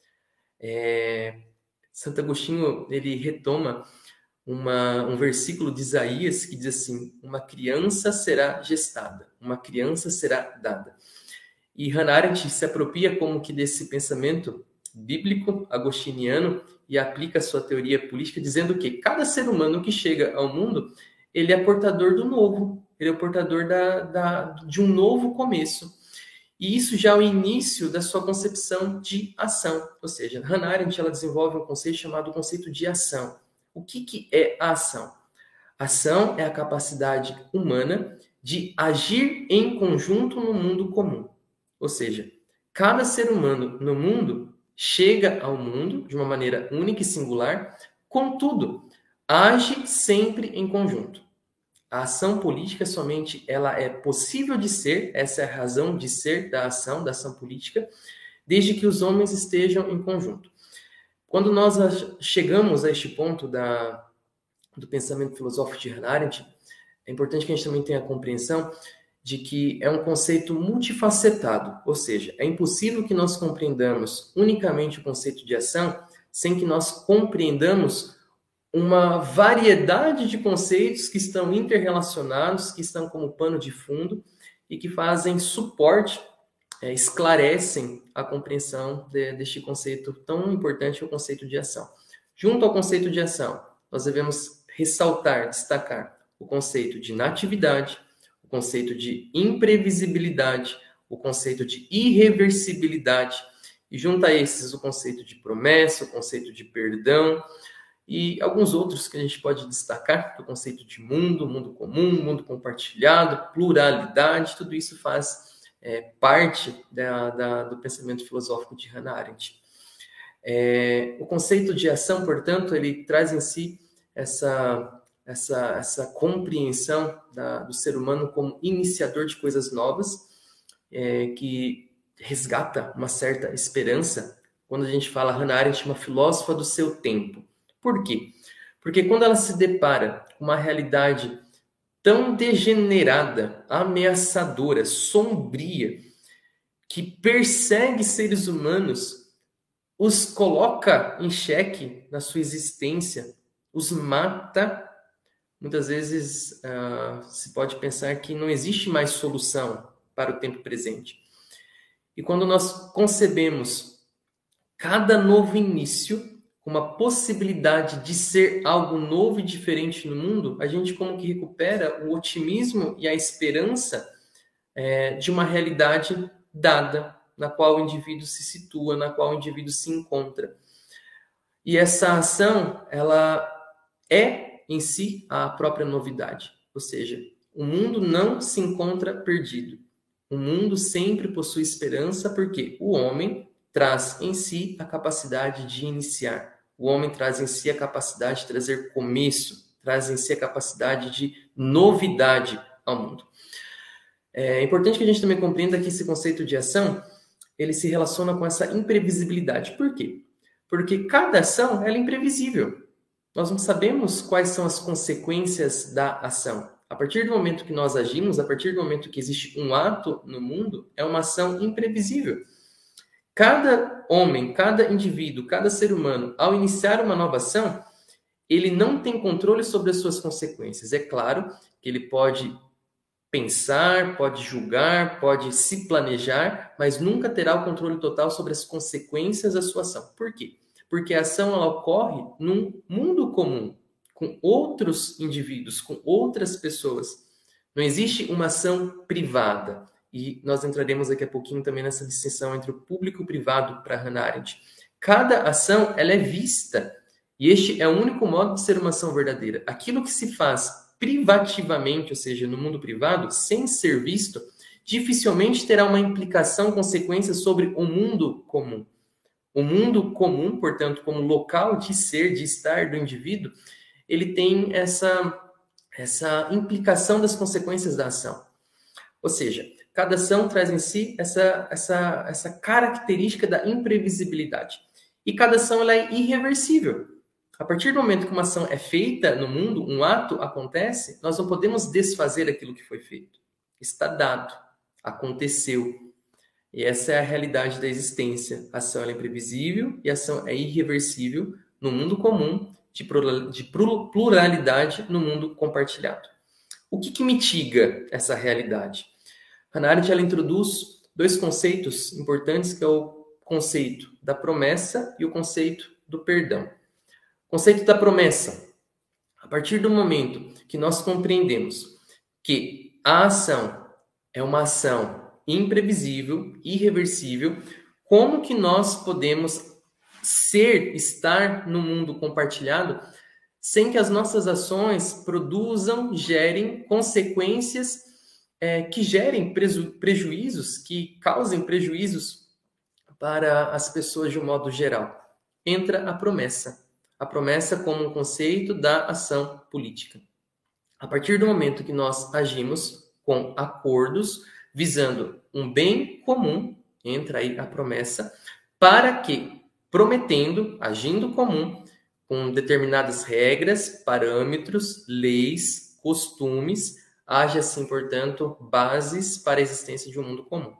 Speaker 2: É, Santo Agostinho, ele retoma uma, um versículo de Isaías que diz assim: uma criança será gestada, uma criança será dada. E Hannah Arendt se apropria como que desse pensamento bíblico agostiniano e aplica a sua teoria política, dizendo que cada ser humano que chega ao mundo, ele é portador do novo, ele é o portador da, da, de um novo começo. E isso já é o início da sua concepção de ação. Ou seja, Hannah Arendt, ela desenvolve um conceito chamado conceito de ação. O que, que é a ação? Ação é a capacidade humana de agir em conjunto no mundo comum. Ou seja, cada ser humano no mundo chega ao mundo de uma maneira única e singular, contudo, age sempre em conjunto. A ação política somente ela é possível de ser, essa é a razão de ser da ação, da ação política, desde que os homens estejam em conjunto. Quando nós chegamos a este ponto da, do pensamento filosófico de Hannah Arendt, é importante que a gente também tenha a compreensão de que é um conceito multifacetado, ou seja, é impossível que nós compreendamos unicamente o conceito de ação sem que nós compreendamos uma variedade de conceitos que estão interrelacionados, que estão como pano de fundo e que fazem suporte, é, esclarecem a compreensão de, deste conceito tão importante, o conceito de ação. Junto ao conceito de ação, nós devemos ressaltar, destacar o conceito de natividade, o conceito de imprevisibilidade, o conceito de irreversibilidade, e junto a esses o conceito de promessa, o conceito de perdão, e alguns outros que a gente pode destacar, o conceito de mundo, mundo comum, mundo compartilhado, pluralidade, tudo isso faz é, parte da, da, do pensamento filosófico de Hannah Arendt. É, o conceito de ação, portanto, ele traz em si essa, essa, essa compreensão da, do ser humano como iniciador de coisas novas, é, que resgata uma certa esperança. Quando a gente fala Hannah Arendt, uma filósofa do seu tempo. Por quê? Porque quando ela se depara com uma realidade tão degenerada, ameaçadora, sombria, que persegue seres humanos, os coloca em xeque na sua existência, os mata, muitas vezes uh, se pode pensar que não existe mais solução para o tempo presente. E quando nós concebemos cada novo início, uma possibilidade de ser algo novo e diferente no mundo, a gente como que recupera o otimismo e a esperança é, de uma realidade dada, na qual o indivíduo se situa, na qual o indivíduo se encontra. E essa ação, ela é em si a própria novidade. Ou seja, o mundo não se encontra perdido. O mundo sempre possui esperança porque o homem traz em si a capacidade de iniciar. O homem traz em si a capacidade de trazer começo, traz em si a capacidade de novidade ao mundo. É importante que a gente também compreenda que esse conceito de ação, ele se relaciona com essa imprevisibilidade. Por quê? Porque cada ação ela é imprevisível. Nós não sabemos quais são as consequências da ação. A partir do momento que nós agimos, a partir do momento que existe um ato no mundo, é uma ação imprevisível. Cada homem, cada indivíduo, cada ser humano, ao iniciar uma nova ação, ele não tem controle sobre as suas consequências. É claro que ele pode pensar, pode julgar, pode se planejar, mas nunca terá o controle total sobre as consequências da sua ação. Por quê? Porque a ação ela ocorre num mundo comum, com outros indivíduos, com outras pessoas. Não existe uma ação privada. e nós entraremos daqui a pouquinho também nessa distinção entre o público e o privado para Hannah Arendt. Cada ação, ela é vista, e este é o único modo de ser uma ação verdadeira. Aquilo que se faz privativamente, ou seja, no mundo privado, sem ser visto, dificilmente terá uma implicação, consequência sobre o mundo comum. O mundo comum, portanto, como local de ser, de estar do indivíduo, ele tem essa, essa implicação das consequências da ação. Ou seja, cada ação traz em si essa, essa, essa característica da imprevisibilidade. E cada ação ela é irreversível. A partir do momento que uma ação é feita no mundo, um ato acontece, nós não podemos desfazer aquilo que foi feito. Está dado, aconteceu. E essa é a realidade da existência. A ação é imprevisível e a ação é irreversível no mundo comum, de pluralidade no mundo compartilhado. O que, que mitiga essa realidade? Hannah Arendt ela introduz dois conceitos importantes, que é o conceito da promessa e o conceito do perdão. O conceito da promessa. A partir do momento que nós compreendemos que a ação é uma ação imprevisível, irreversível, como que nós podemos ser, estar no mundo compartilhado sem que as nossas ações produzam, gerem consequências é, que gerem preju- prejuízos, que causem prejuízos para as pessoas de um modo geral? Entra a promessa. A promessa como um conceito da ação política. A partir do momento que nós agimos com acordos, visando um bem comum, entra aí a promessa, para que, prometendo, agindo comum, com determinadas regras, parâmetros, leis, costumes, haja assim, portanto, bases para a existência de um mundo comum.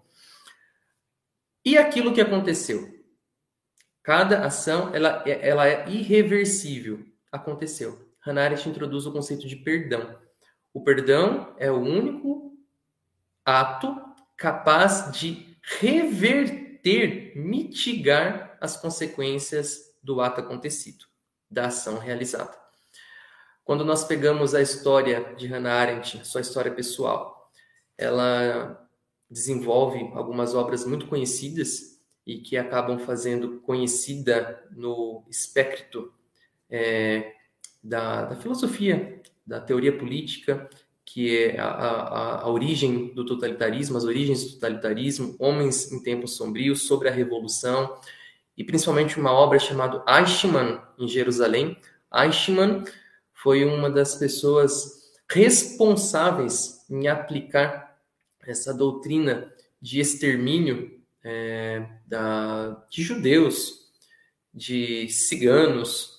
Speaker 2: E aquilo que aconteceu? Cada ação ela, ela é irreversível. Aconteceu. Hannah Arendt introduz o conceito de perdão. O perdão é o único ato capaz de reverter, mitigar as consequências do ato acontecido, da ação realizada. Quando nós pegamos a história de Hannah Arendt, sua história pessoal, ela desenvolve algumas obras muito conhecidas e que acabam fazendo conhecida no espectro é, da, da filosofia, da teoria política, que é a, a, a origem do totalitarismo, as origens do totalitarismo, Homens em Tempos Sombrios, sobre a Revolução, e principalmente uma obra chamada Eichmann, em Jerusalém. Eichmann foi uma das pessoas responsáveis em aplicar essa doutrina de extermínio é, da, de judeus, de ciganos,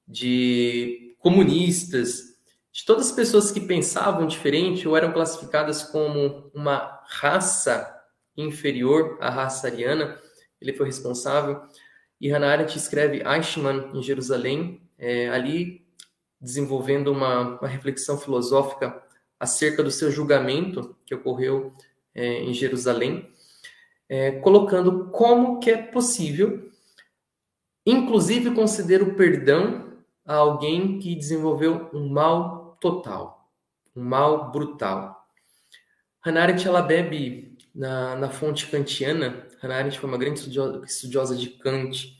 Speaker 2: de comunistas, de todas as pessoas que pensavam diferente ou eram classificadas como uma raça inferior à raça ariana. Ele foi responsável. E Hannah Arendt escreve Eichmann em Jerusalém, é, ali desenvolvendo uma, uma reflexão filosófica acerca do seu julgamento que ocorreu é, em Jerusalém, é, colocando como que é possível, inclusive, conceder o perdão a alguém que desenvolveu um mal total, um mal brutal. Hannah Arendt ela bebe na, na fonte kantiana. Hannah Arendt foi uma grande estudiosa, estudiosa de Kant.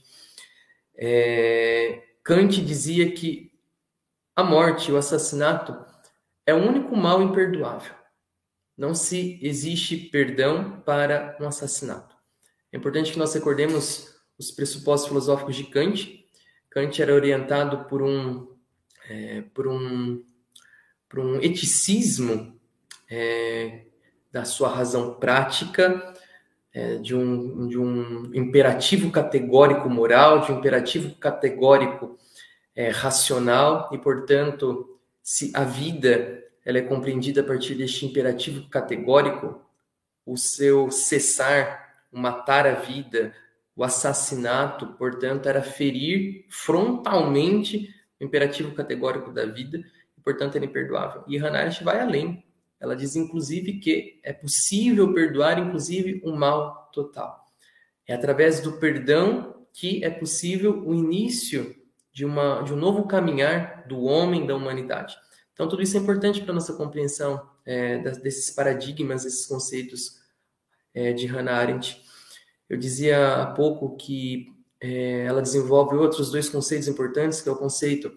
Speaker 2: É, Kant dizia que a morte, o assassinato, é o único mal imperdoável. Não se existe perdão para um assassinato. É importante que nós recordemos os pressupostos filosóficos de Kant. Kant era orientado por um, é, por um, por um eticismo é, da sua razão prática, é, de, um, de um imperativo categórico moral, de um imperativo categórico é, racional, e, portanto, se a vida ela é compreendida a partir deste imperativo categórico, o seu cessar, o matar a vida, o assassinato, portanto, era ferir frontalmente o imperativo categórico da vida, e, portanto, era imperdoável. E Hannah Arendt vai além. Ela diz, inclusive, que é possível perdoar, inclusive, um mal total. É através do perdão que é possível o início de, uma, de um novo caminhar do homem, da humanidade. Então, tudo isso é importante para a nossa compreensão é, desses paradigmas, desses conceitos é, de Hannah Arendt. Eu dizia há pouco que é, ela desenvolve outros dois conceitos importantes, que é o conceito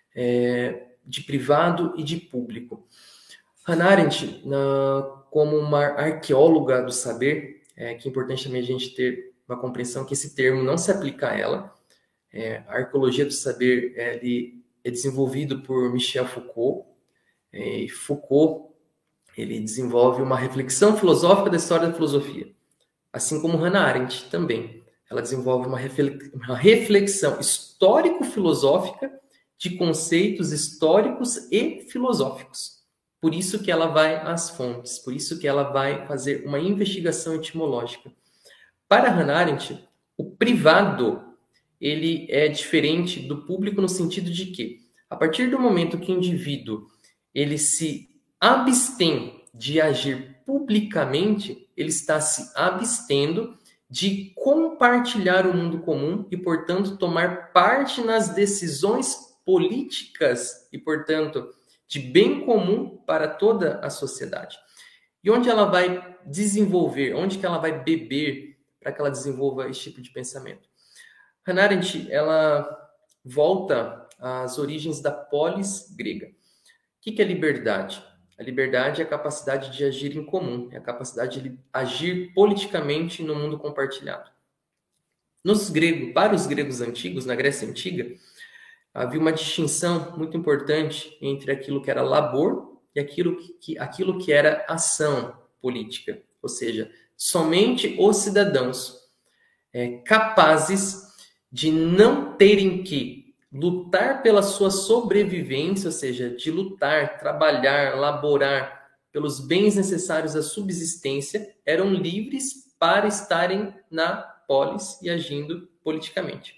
Speaker 2: é, de privado e de público. Hannah Arendt, na, como uma arqueóloga do saber, é, que é importante também a gente ter uma compreensão que esse termo não se aplica a ela. É, a arqueologia do saber ele é desenvolvido por Michel Foucault. É, e Foucault ele desenvolve uma reflexão filosófica da história da filosofia, assim como Hannah Arendt também. Ela desenvolve uma reflexão histórico-filosófica de conceitos históricos e filosóficos. Por isso que ela vai às fontes, por isso que ela vai fazer uma investigação etimológica. Para Hannah Arendt, o privado ele é diferente do público no sentido de que, a partir do momento que o indivíduo ele se abstém de agir publicamente, ele está se abstendo de compartilhar o mundo comum e, portanto, tomar parte nas decisões políticas e, portanto, de bem comum para toda a sociedade. E onde ela vai desenvolver, onde que ela vai beber para que ela desenvolva esse tipo de pensamento? Hannah Arendt, ela volta às origens da polis grega. O que é liberdade? A liberdade é a capacidade de agir em comum, é a capacidade de agir politicamente no mundo compartilhado. Nos gregos, para os gregos antigos, na Grécia Antiga, havia uma distinção muito importante entre aquilo que era labor e aquilo que, aquilo que era ação política. Ou seja, somente os cidadãos é, capazes de não terem que lutar pela sua sobrevivência, ou seja, de lutar, trabalhar, laborar pelos bens necessários à subsistência, eram livres para estarem na polis e agindo politicamente.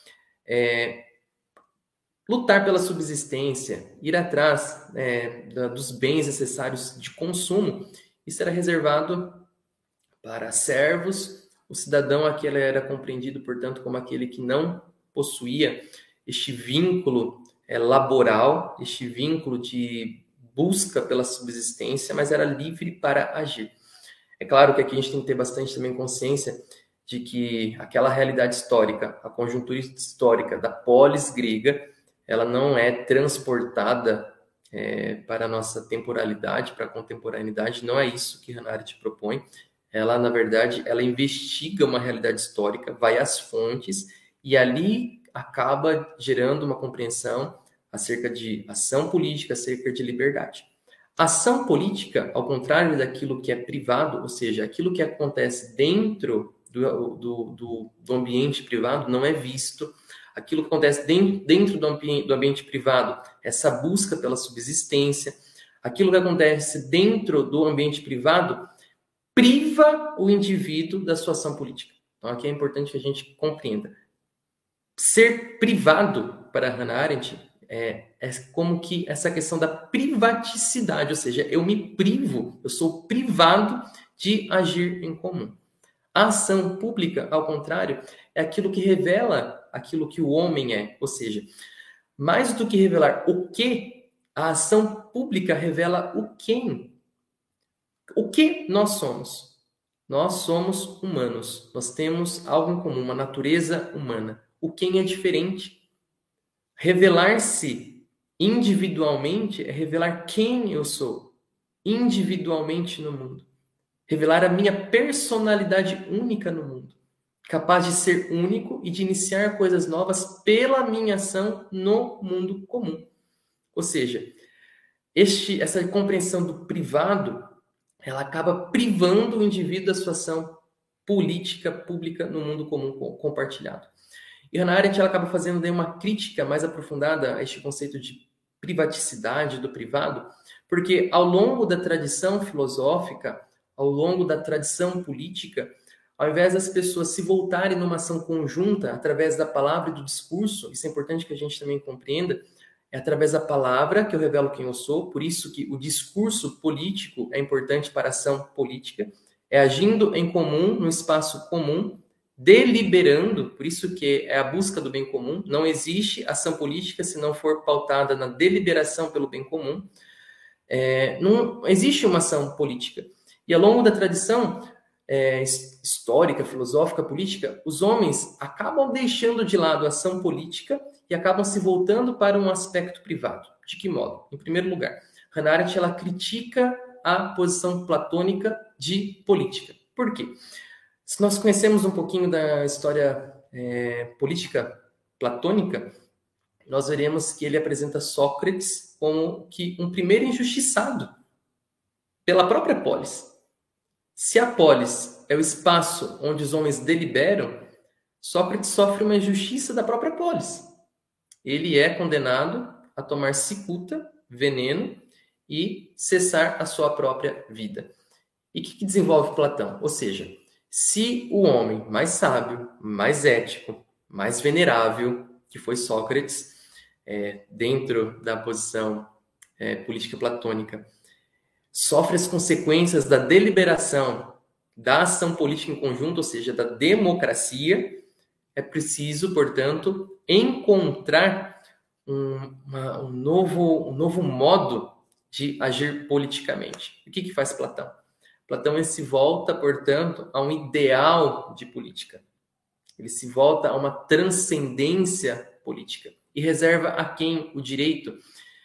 Speaker 2: É, lutar pela subsistência, ir atrás é, da, dos bens necessários de consumo, isso era reservado para servos. O cidadão aquele era compreendido, portanto, como aquele que não possuía este vínculo é, laboral, este vínculo de busca pela subsistência, mas era livre para agir. É claro que aqui a gente tem que ter bastante também consciência de que aquela realidade histórica, a conjuntura histórica da polis grega, ela não é transportada é, para a nossa temporalidade, para a contemporaneidade, não é isso que Hannah Arendt propõe. Ela, na verdade, ela investiga uma realidade histórica, vai às fontes e ali acaba gerando uma compreensão acerca de ação política, acerca de liberdade. Ação política, ao contrário daquilo que é privado, ou seja, aquilo que acontece dentro do, do, do, do ambiente privado não é visto. Aquilo que acontece dentro, dentro do, ambiente, do ambiente privado, essa busca pela subsistência. Aquilo que acontece dentro do ambiente privado priva o indivíduo da sua ação política. Então, aqui é importante que a gente compreenda. Ser privado, para Hannah Arendt, é, é como que essa questão da privaticidade, ou seja, eu me privo, eu sou privado de agir em comum. A ação pública, ao contrário, é aquilo que revela aquilo que o homem é, ou seja, mais do que revelar o que, a ação pública revela o quem. O que nós somos? Nós somos humanos. Nós temos algo em comum, uma natureza humana. O quem é diferente. Revelar-se individualmente é revelar quem eu sou, individualmente no mundo. Revelar a minha personalidade única no mundo. Capaz de ser único e de iniciar coisas novas pela minha ação no mundo comum. Ou seja, este, essa compreensão do privado, ela acaba privando o indivíduo da sua ação política, pública, no mundo comum compartilhado. E Hannah Arendt ela acaba fazendo daí uma crítica mais aprofundada a este conceito de privaticidade do privado, porque ao longo da tradição filosófica, ao longo da tradição política, ao invés das pessoas se voltarem numa ação conjunta através da palavra e do discurso, isso é importante que a gente também compreenda, é através da palavra que eu revelo quem eu sou, por isso que o discurso político é importante para a ação política, é agindo em comum, no espaço comum, deliberando, por isso que é a busca do bem comum, não existe ação política se não for pautada na deliberação pelo bem comum, é, não existe uma ação política. E ao longo da tradição, é, histórica, filosófica, política, os homens acabam deixando de lado a ação política e acabam se voltando para um aspecto privado. De que modo? Em primeiro lugar, Hannah Arendt ela critica a posição platônica de política. Por quê? Se nós conhecemos um pouquinho da história é, política platônica, nós veremos que ele apresenta Sócrates como que um primeiro injustiçado pela própria polis. Se a polis é o espaço onde os homens deliberam, Sócrates sofre uma injustiça da própria polis. Ele é condenado a tomar cicuta, veneno, e cessar a sua própria vida. E o que, que desenvolve Platão? Ou seja, se o homem mais sábio, mais ético, mais venerável, que foi Sócrates, é, dentro da posição é, política platônica, sofre as consequências da deliberação, da ação política em conjunto, ou seja, da democracia, é preciso, portanto, encontrar um, uma, um, novo, um novo modo de agir politicamente. O que, que faz Platão? Platão ele se volta, portanto, a um ideal de política. Ele se volta a uma transcendência política e reserva a quem o direito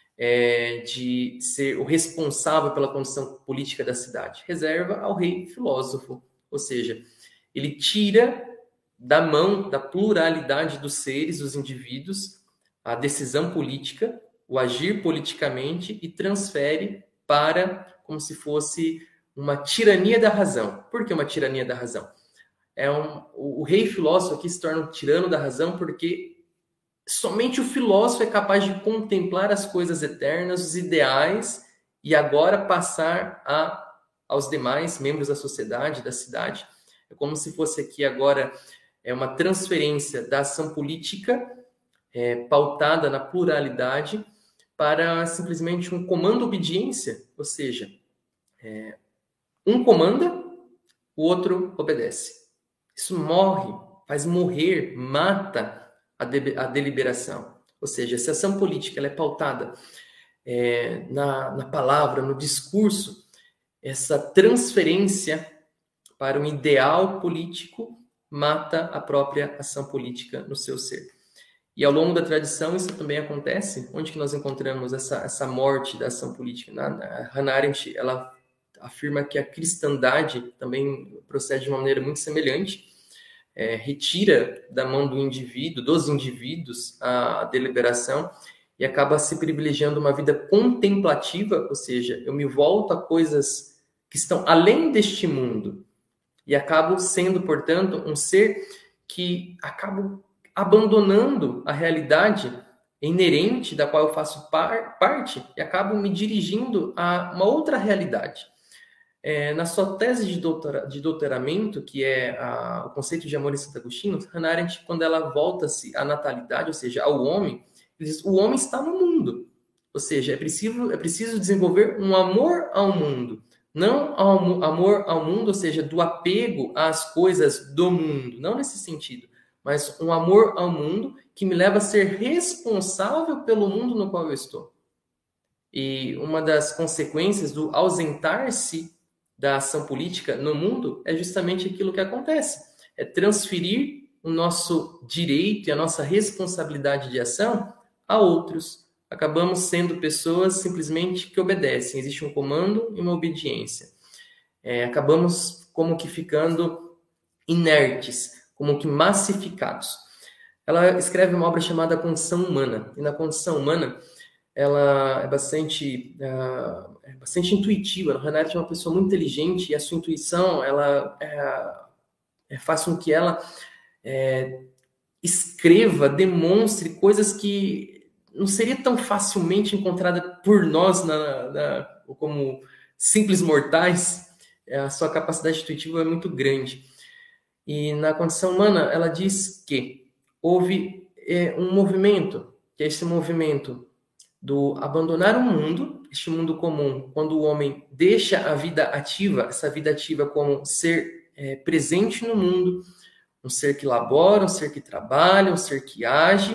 Speaker 2: é, de ser o responsável pela condição política da cidade? Reserva ao rei filósofo, ou seja, ele tira da mão da pluralidade dos seres, dos indivíduos, a decisão política, o agir politicamente e transfere para como se fosse uma tirania da razão. Por que uma tirania da razão? É um, o, o rei filósofo aqui se torna um tirano da razão porque somente o filósofo é capaz de contemplar as coisas eternas, os ideais, e agora passar a, aos demais membros da sociedade, da cidade. É como se fosse aqui agora é uma transferência da ação política é, pautada na pluralidade para simplesmente um comando-obediência, ou seja, é, um comanda, o outro obedece. Isso morre, faz morrer, mata a, de, a deliberação. Ou seja, se a ação política ela é pautada é, na, na palavra, no discurso, essa transferência para um ideal político mata a própria ação política no seu ser. E ao longo da tradição isso também acontece. Onde que nós encontramos essa, essa morte da ação política? Na, na Hannah Arendt, ela afirma que a cristandade também procede de uma maneira muito semelhante. É, retira da mão do indivíduo, dos indivíduos, a, a deliberação e acaba se privilegiando uma vida contemplativa, ou seja, eu me volto a coisas que estão além deste mundo e acabo sendo, portanto, um ser que acabo abandonando a realidade inerente da qual eu faço par, parte e acabo me dirigindo a uma outra realidade. É, na sua tese de, doutora, de doutoramento, que é a, o conceito de amor em Santo Agostinho, Hannah Arendt, quando ela volta-se à natalidade, ou seja, ao homem, ele diz, o homem está no mundo. Ou seja, é preciso, é preciso desenvolver um amor ao mundo. Não ao, amor ao mundo, ou seja, do apego às coisas do mundo. Não nesse sentido. Mas um amor ao mundo que me leva a ser responsável pelo mundo no qual eu estou. E uma das consequências do ausentar-se da ação política no mundo é justamente aquilo que acontece. É transferir o nosso direito e a nossa responsabilidade de ação a outros. Acabamos sendo pessoas simplesmente que obedecem. Existe um comando e uma obediência. É, acabamos como que ficando inertes, como que massificados. Ela escreve uma obra chamada Condição Humana. E na Condição Humana, ela é bastante, uh, é bastante intuitiva. A Hannah Arendt é uma pessoa muito inteligente e a sua intuição ela, é, é, faz com que ela é, escreva, demonstre coisas que não seria tão facilmente encontrada por nós na, na, como simples mortais. A sua capacidade intuitiva é muito grande. E na Condição Humana, ela diz que houve é, um movimento, que é esse movimento do abandonar o mundo, este mundo comum, quando o homem deixa a vida ativa, essa vida ativa como ser é, presente no mundo, um ser que labora, um ser que trabalha, um ser que age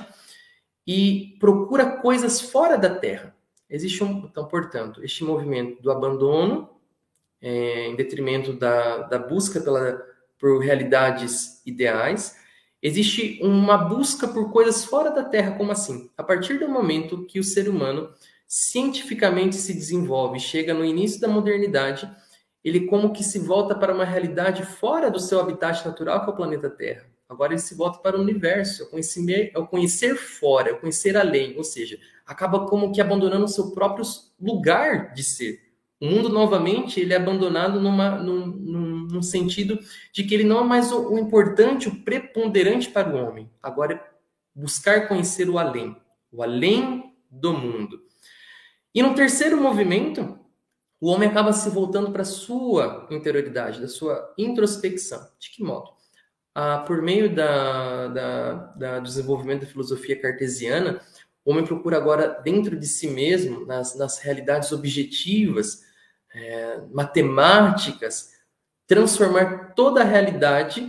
Speaker 2: e procura coisas fora da terra. Existe um, então, portanto, este movimento do abandono é, em detrimento da, da busca pela, por realidades ideais. Existe uma busca por coisas fora da Terra, como assim? A partir do momento que o ser humano cientificamente se desenvolve, chega no início da modernidade, ele como que se volta para uma realidade fora do seu habitat natural, que é o planeta Terra. Agora ele se volta para o universo, é o conhecer, é o conhecer fora, é o conhecer além, ou seja, acaba como que abandonando o seu próprio lugar de ser. O mundo, novamente, ele é abandonado numa, num, num, num sentido de que ele não é mais o, o importante, o preponderante para o homem. Agora é buscar conhecer o além, o além do mundo. E no terceiro movimento, o homem acaba se voltando para a sua interioridade, da sua introspecção. De que modo? Ah, por meio da, da, da desenvolvimento da filosofia cartesiana, o homem procura agora, dentro de si mesmo, nas, nas realidades objetivas, é, matemáticas, transformar toda a realidade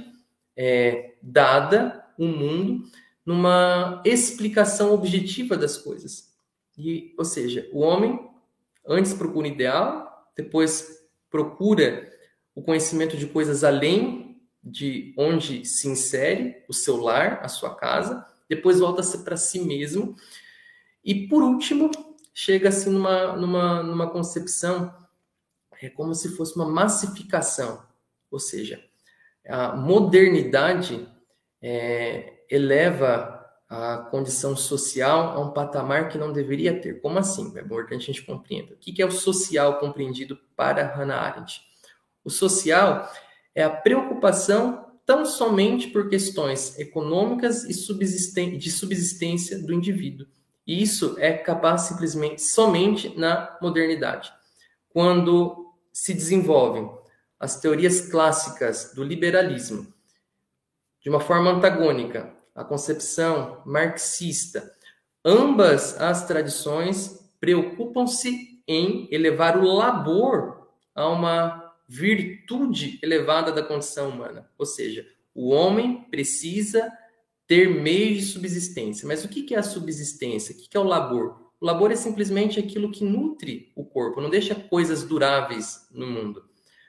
Speaker 2: é, dada, o mundo, numa explicação objetiva das coisas. E, ou seja, o homem antes procura o ideal, depois procura o conhecimento de coisas além de onde se insere o seu lar, a sua casa, depois volta-se para si mesmo e, por último, chega assim numa, numa, numa concepção, é como se fosse uma massificação, ou seja, a modernidade é, eleva a condição social a um patamar que não deveria ter. Como assim? É importante a gente compreender. O que é o social compreendido para Hannah Arendt? O social é a preocupação tão somente por questões econômicas e subsisten- de subsistência do indivíduo. E isso é capaz simplesmente somente na modernidade. Quando se desenvolvem as teorias clássicas do liberalismo de uma forma antagônica, a concepção marxista, ambas as tradições preocupam-se em elevar o labor a uma virtude elevada da condição humana. Ou seja, o homem precisa ter meios de subsistência. Mas o que é a subsistência? O que é o labor? O labor é simplesmente aquilo que nutre o corpo, não deixa coisas duráveis no mundo.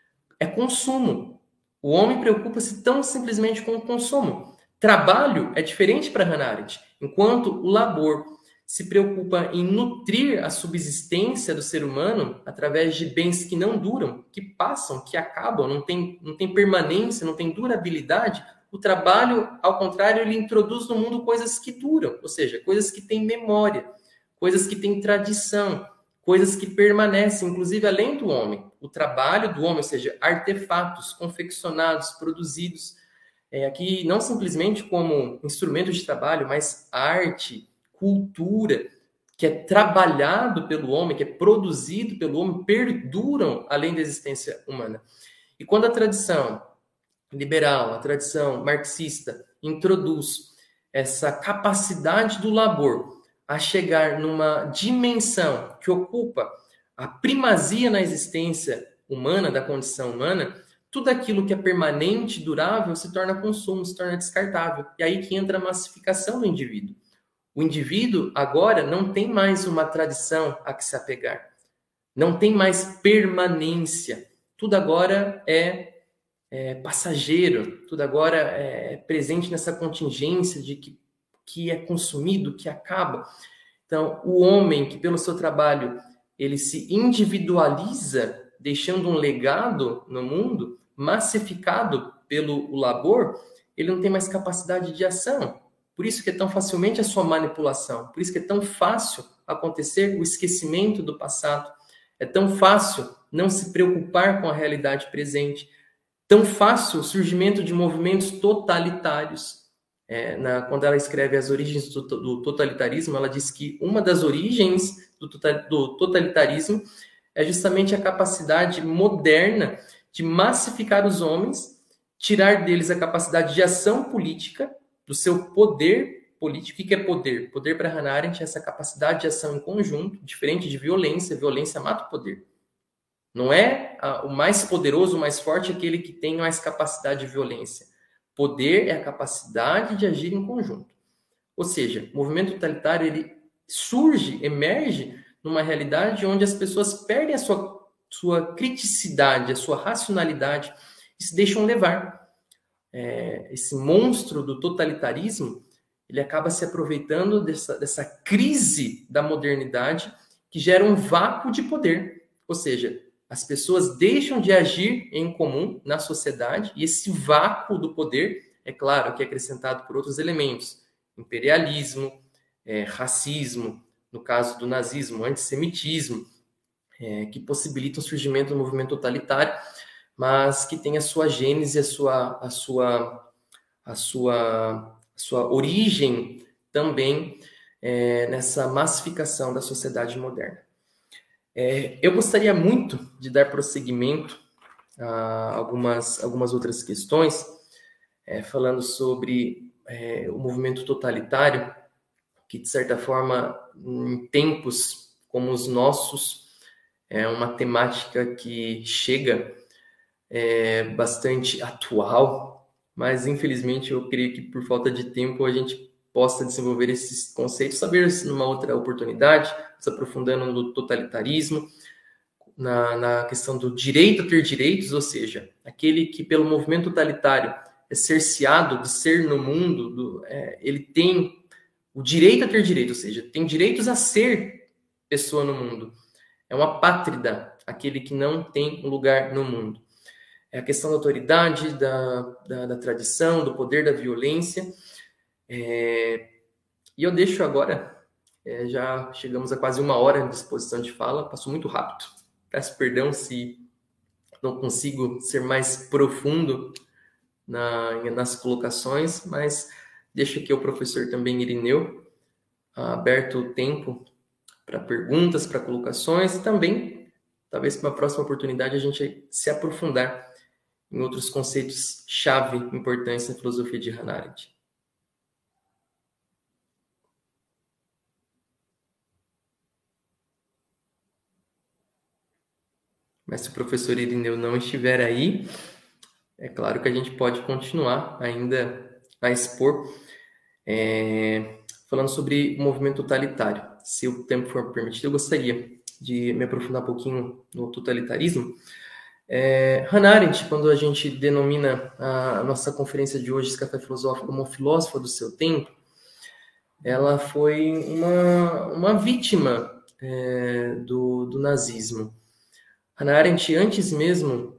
Speaker 2: É consumo. O homem preocupa-se tão simplesmente com o consumo. Trabalho é diferente para Hannah Arendt. Enquanto o labor se preocupa em nutrir a subsistência do ser humano através de bens que não duram, que passam, que acabam, não tem, não tem permanência, não tem durabilidade, o trabalho, ao contrário, ele introduz no mundo coisas que duram, ou seja, coisas que têm memória, coisas que têm tradição, coisas que permanecem, inclusive além do homem. O trabalho do homem, ou seja, artefatos confeccionados, produzidos, É, aqui não simplesmente como instrumento de trabalho, mas arte, cultura, que é trabalhado pelo homem, que é produzido pelo homem, perduram além da existência humana. E quando a tradição liberal, a tradição marxista, introduz essa capacidade do labor a chegar numa dimensão que ocupa a primazia na existência humana, da condição humana, tudo aquilo que é permanente, durável, se torna consumo, se torna descartável. E aí que entra a massificação do indivíduo. O indivíduo agora não tem mais uma tradição a que se apegar. Não tem mais permanência. Tudo agora é, é passageiro. Tudo agora é presente nessa contingência de que, que é consumido, que acaba. Então, o homem que pelo seu trabalho ele se individualiza, deixando um legado no mundo, massificado pelo labor, ele não tem mais capacidade de ação. Por isso que é tão facilmente a sua manipulação. Por isso que é tão fácil acontecer o esquecimento do passado. É tão fácil não se preocupar com a realidade presente. Tão fácil o surgimento de movimentos totalitários. É, na, quando ela escreve As Origens do, do Totalitarismo, ela diz que uma das origens do, do totalitarismo é justamente a capacidade moderna de massificar os homens, tirar deles a capacidade de ação política, do seu poder político. O que é poder? Poder para Hannah Arendt é essa capacidade de ação em conjunto, diferente de violência. Violência mata o poder. Não é a, o mais poderoso, o mais forte, aquele que tem mais capacidade de violência. Poder é a capacidade de agir em conjunto. Ou seja, o movimento totalitário ele surge, emerge numa realidade onde as pessoas perdem a sua sua criticidade, a sua racionalidade, e se deixam levar. É, esse monstro do totalitarismo, ele acaba se aproveitando dessa, dessa crise da modernidade que gera um vácuo de poder. Ou seja, as pessoas deixam de agir em comum na sociedade e esse vácuo do poder, é claro, que é acrescentado por outros elementos. Imperialismo, é, racismo, no caso do nazismo, antissemitismo, é, que possibilitam o surgimento do movimento totalitário, mas que tem a sua gênese, a sua, a sua, a sua, a sua origem também é, nessa massificação da sociedade moderna. É, eu gostaria muito de dar prosseguimento a algumas, algumas outras questões, é, falando sobre é, o movimento totalitário, que, de certa forma, em tempos como os nossos, é uma temática que chega é, bastante atual, mas, infelizmente, eu creio que, por falta de tempo, a gente possa desenvolver esses conceitos, saber se numa outra oportunidade, se aprofundando no totalitarismo, na, na questão do direito a ter direitos, ou seja, aquele que, pelo movimento totalitário, é cerceado de ser no mundo, do, é, ele tem o direito a ter direito, ou seja, tem direitos a ser pessoa no mundo. É uma pátrida, aquele que não tem um lugar no mundo. É a questão da autoridade, da, da, da tradição, do poder, da violência. É, e eu deixo agora, é, já chegamos a quase uma hora de disposição de fala, passou muito rápido. Peço perdão se não consigo ser mais profundo na, nas colocações, mas deixo aqui o professor também Irineu, aberto o tempo para perguntas, para colocações e também, talvez para uma próxima oportunidade, a gente se aprofundar em outros conceitos-chave importantes na filosofia de Hannah Arendt. Mas se o professor Irineu não estiver aí, é claro que a gente pode continuar ainda a expor, é, falando sobre o movimento totalitário. Se o tempo for permitido, eu gostaria de me aprofundar um pouquinho no totalitarismo. É, Hannah Arendt, quando a gente denomina a, a nossa conferência de hoje, esse Café Filosófico, como filósofa do seu tempo, ela foi uma, uma vítima é, do, do nazismo. Hannah Arendt, antes mesmo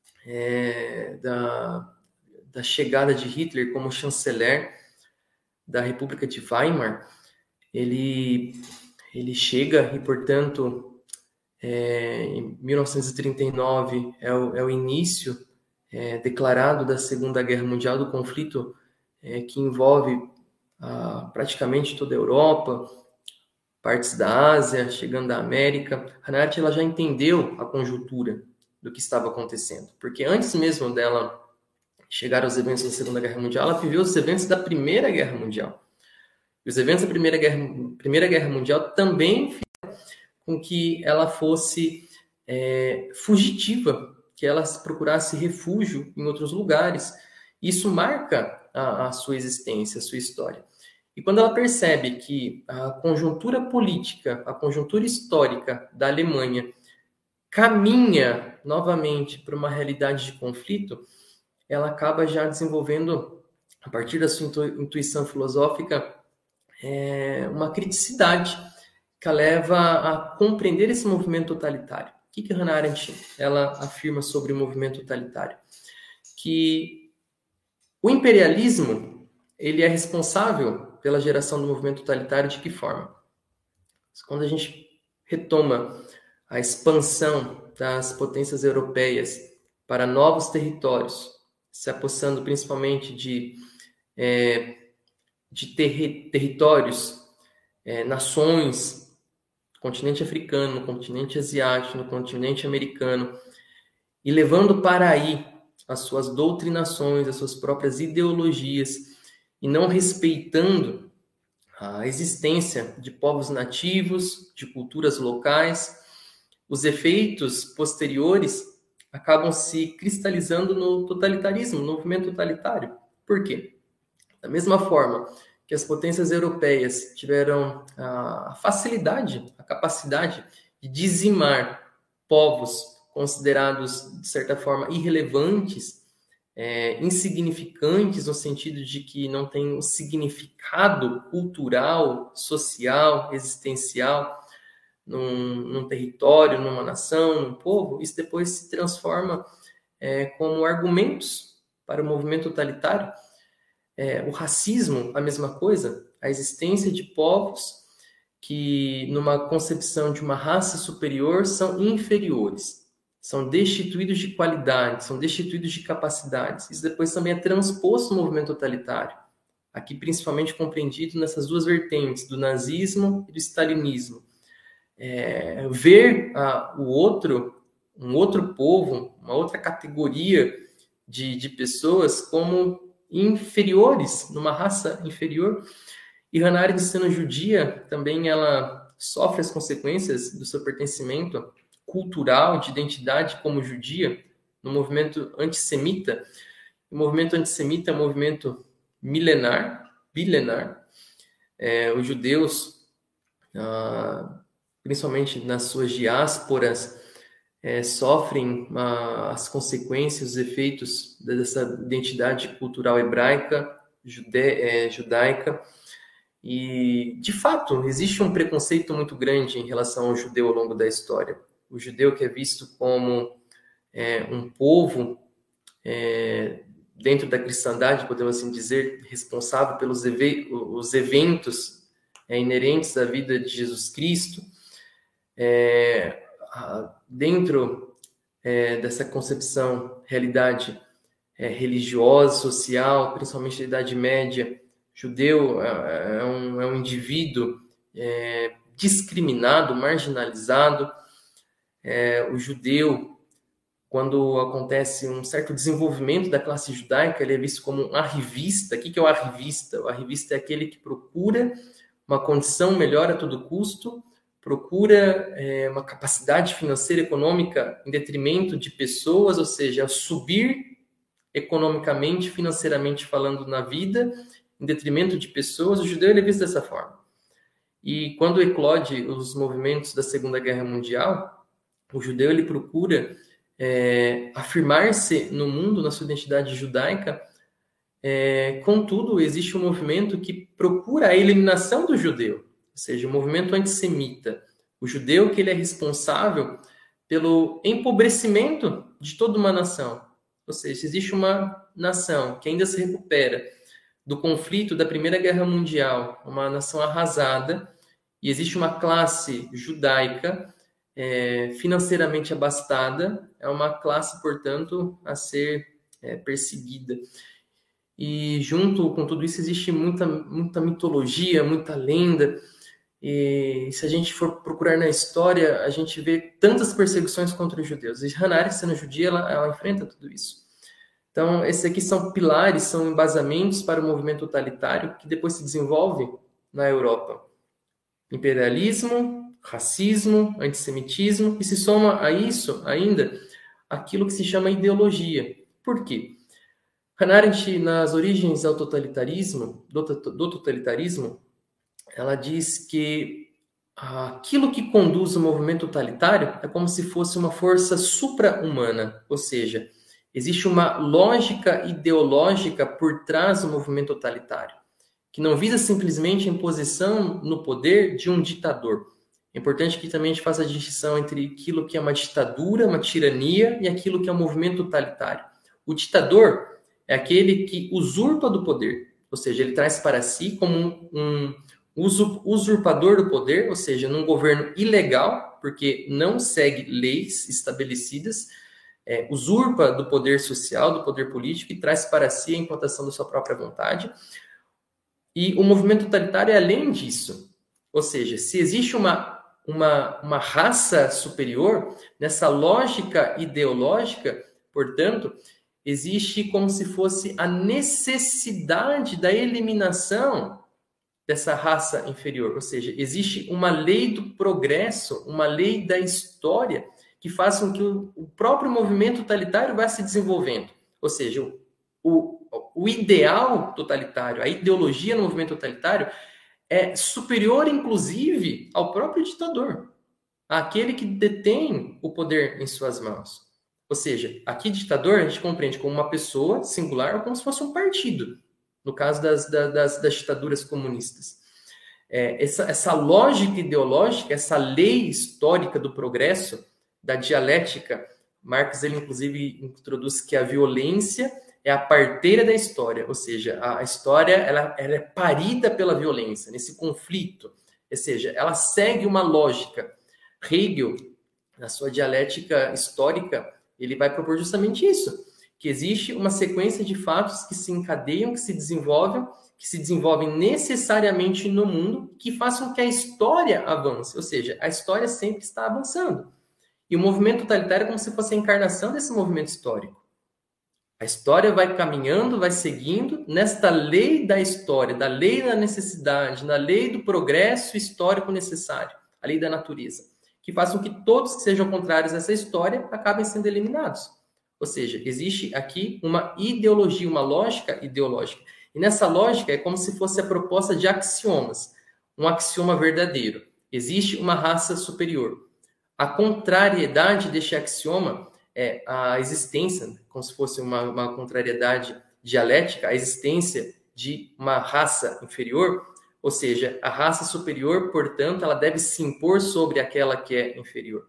Speaker 2: é, da, da chegada de Hitler como chanceler da República de Weimar, ele, ele chega e, portanto, é, em mil novecentos e trinta e nove é o, é o início é, declarado da Segunda Guerra Mundial, do conflito é, que envolve ah, praticamente toda a Europa, partes da Ásia, chegando da América. Hannah Arendt ela já entendeu a conjuntura do que estava acontecendo, porque antes mesmo dela chegar aos eventos da Segunda Guerra Mundial, ela viveu os eventos da Primeira Guerra Mundial. E os eventos da Primeira Guerra, Primeira Guerra Mundial também fizeram com que ela fosse é, fugitiva, que ela procurasse refúgio em outros lugares. Isso marca a, a sua existência, a sua história. E quando ela percebe que a conjuntura política, a conjuntura histórica da Alemanha caminha novamente para uma realidade de conflito, ela acaba já desenvolvendo, a partir da sua intuição filosófica, é, uma criticidade que a leva a compreender esse movimento totalitário. O que que Hannah Arendt ela afirma sobre o movimento totalitário? Que o imperialismo ele é responsável pela geração do movimento totalitário de que forma? Quando a gente retoma a expansão das potências europeias para novos territórios, se apossando principalmente de, é, de terri territórios, é, nações, no continente africano, no continente asiático, no continente americano, e levando para aí as suas doutrinações, as suas próprias ideologias, e não respeitando a existência de povos nativos, de culturas locais, os efeitos posteriores acabam se cristalizando no totalitarismo, no movimento totalitário. Por quê? Da mesma forma que as potências europeias tiveram a facilidade, a capacidade de dizimar povos considerados, de certa forma, irrelevantes, é, insignificantes, no sentido de que não tem um significado cultural, social, existencial num, num território, numa nação, num povo, isso depois se transforma é, como argumentos para o movimento totalitário. É, o racismo, a mesma coisa, a existência de povos que, numa concepção de uma raça superior, são inferiores, são destituídos de qualidade, são destituídos de capacidades. Isso depois também é transposto no movimento totalitário, aqui principalmente compreendido nessas duas vertentes, do nazismo e do stalinismo. É, ver ah, o outro, um outro povo, uma outra categoria de, de pessoas como inferiores, numa raça inferior. E Hannah Arendt, sendo judia, também ela sofre as consequências do seu pertencimento cultural, de identidade como judia, no movimento antissemita. O movimento antissemita é um movimento milenar, bilenar. É, os judeus, ah, principalmente nas suas diásporas, é, sofrem ah, as consequências, os efeitos dessa identidade cultural hebraica, jude, é, judaica. E, de fato, existe um preconceito muito grande em relação ao judeu ao longo da história. O judeu que é visto como é, um povo, é, dentro da cristandade, podemos assim dizer, responsável pelos eve- os eventos é, inerentes à vida de Jesus Cristo, é, dentro é, dessa concepção, realidade é, religiosa, social, principalmente da Idade Média, judeu é, é, um, é um indivíduo é, discriminado, marginalizado. É, o judeu, quando acontece um certo desenvolvimento da classe judaica, ele é visto como um arrivista. O que é o arrivista? O arrivista é aquele que procura uma condição melhor a todo custo, procura é, uma capacidade financeira, econômica, em detrimento de pessoas, ou seja, subir economicamente, financeiramente falando na vida, em detrimento de pessoas. O judeu ele é visto dessa forma. E quando eclode os movimentos da Segunda Guerra Mundial, o judeu ele procura é, afirmar-se no mundo, na sua identidade judaica. É, contudo, existe um movimento que procura a eliminação do judeu, ou seja, o movimento antissemita. O judeu que ele é responsável pelo empobrecimento de toda uma nação. Ou seja, existe uma nação que ainda se recupera do conflito da Primeira Guerra Mundial, uma nação arrasada, e existe uma classe judaica é, financeiramente abastada, é uma classe, portanto, a ser é, perseguida. E junto com tudo isso existe muita, muita mitologia, muita lenda. E se a gente for procurar na história, a gente vê tantas perseguições contra os judeus. E Hannah Arendt, sendo judia, ela, ela enfrenta tudo isso. Então, esses aqui são pilares, são embasamentos para o movimento totalitário que depois se desenvolve na Europa. Imperialismo, racismo, antissemitismo, e se soma a isso ainda aquilo que se chama ideologia. Por quê? Hannah Arendt, nas origens do totalitarismo, do, do totalitarismo, ela diz que aquilo que conduz o movimento totalitário é como se fosse uma força supra-humana, ou seja, existe uma lógica ideológica por trás do movimento totalitário, que não visa simplesmente a imposição no poder de um ditador. É importante que também a gente faça a distinção entre aquilo que é uma ditadura, uma tirania, e aquilo que é um movimento totalitário. O ditador é aquele que usurpa do poder, ou seja, ele traz para si como um, um usurpador do poder, ou seja, num governo ilegal, porque não segue leis estabelecidas, é, usurpa do poder social, do poder político, e traz para si a implantação da sua própria vontade. E o movimento totalitário é além disso, ou seja, se existe uma, uma, uma raça superior, nessa lógica ideológica, portanto, existe como se fosse a necessidade da eliminação dessa raça inferior. Ou seja, existe uma lei do progresso, uma lei da história que faz com que o, o próprio movimento totalitário vá se desenvolvendo. Ou seja, o, o, o ideal totalitário, a ideologia no movimento totalitário é superior, inclusive, ao próprio ditador. àquele que detém o poder em suas mãos. Ou seja, aqui ditador a gente compreende como uma pessoa singular ou como se fosse um partido, no caso das, das, das ditaduras comunistas. É, essa, essa lógica ideológica, essa lei histórica do progresso, da dialética, Marx, ele inclusive introduz que a violência é a parteira da história, ou seja, a, a história ela, ela é parida pela violência, nesse conflito, ou seja, ela segue uma lógica. Hegel, na sua dialética histórica, ele vai propor justamente isso, que existe uma sequência de fatos que se encadeiam, que se desenvolvem, que se desenvolvem necessariamente no mundo, que façam com que a história avance, ou seja, a história sempre está avançando. E o movimento totalitário é como se fosse a encarnação desse movimento histórico. A história vai caminhando, vai seguindo nesta lei da história, da lei da necessidade, na lei do progresso histórico necessário, a lei da natureza, que façam que todos que sejam contrários a essa história acabem sendo eliminados. Ou seja, existe aqui uma ideologia, uma lógica ideológica. E nessa lógica é como se fosse a proposta de axiomas, um axioma verdadeiro. Existe uma raça superior. A contrariedade deste axioma é a existência, como se fosse uma, uma contrariedade dialética, a existência de uma raça inferior, ou seja, a raça superior, portanto, ela deve se impor sobre aquela que é inferior.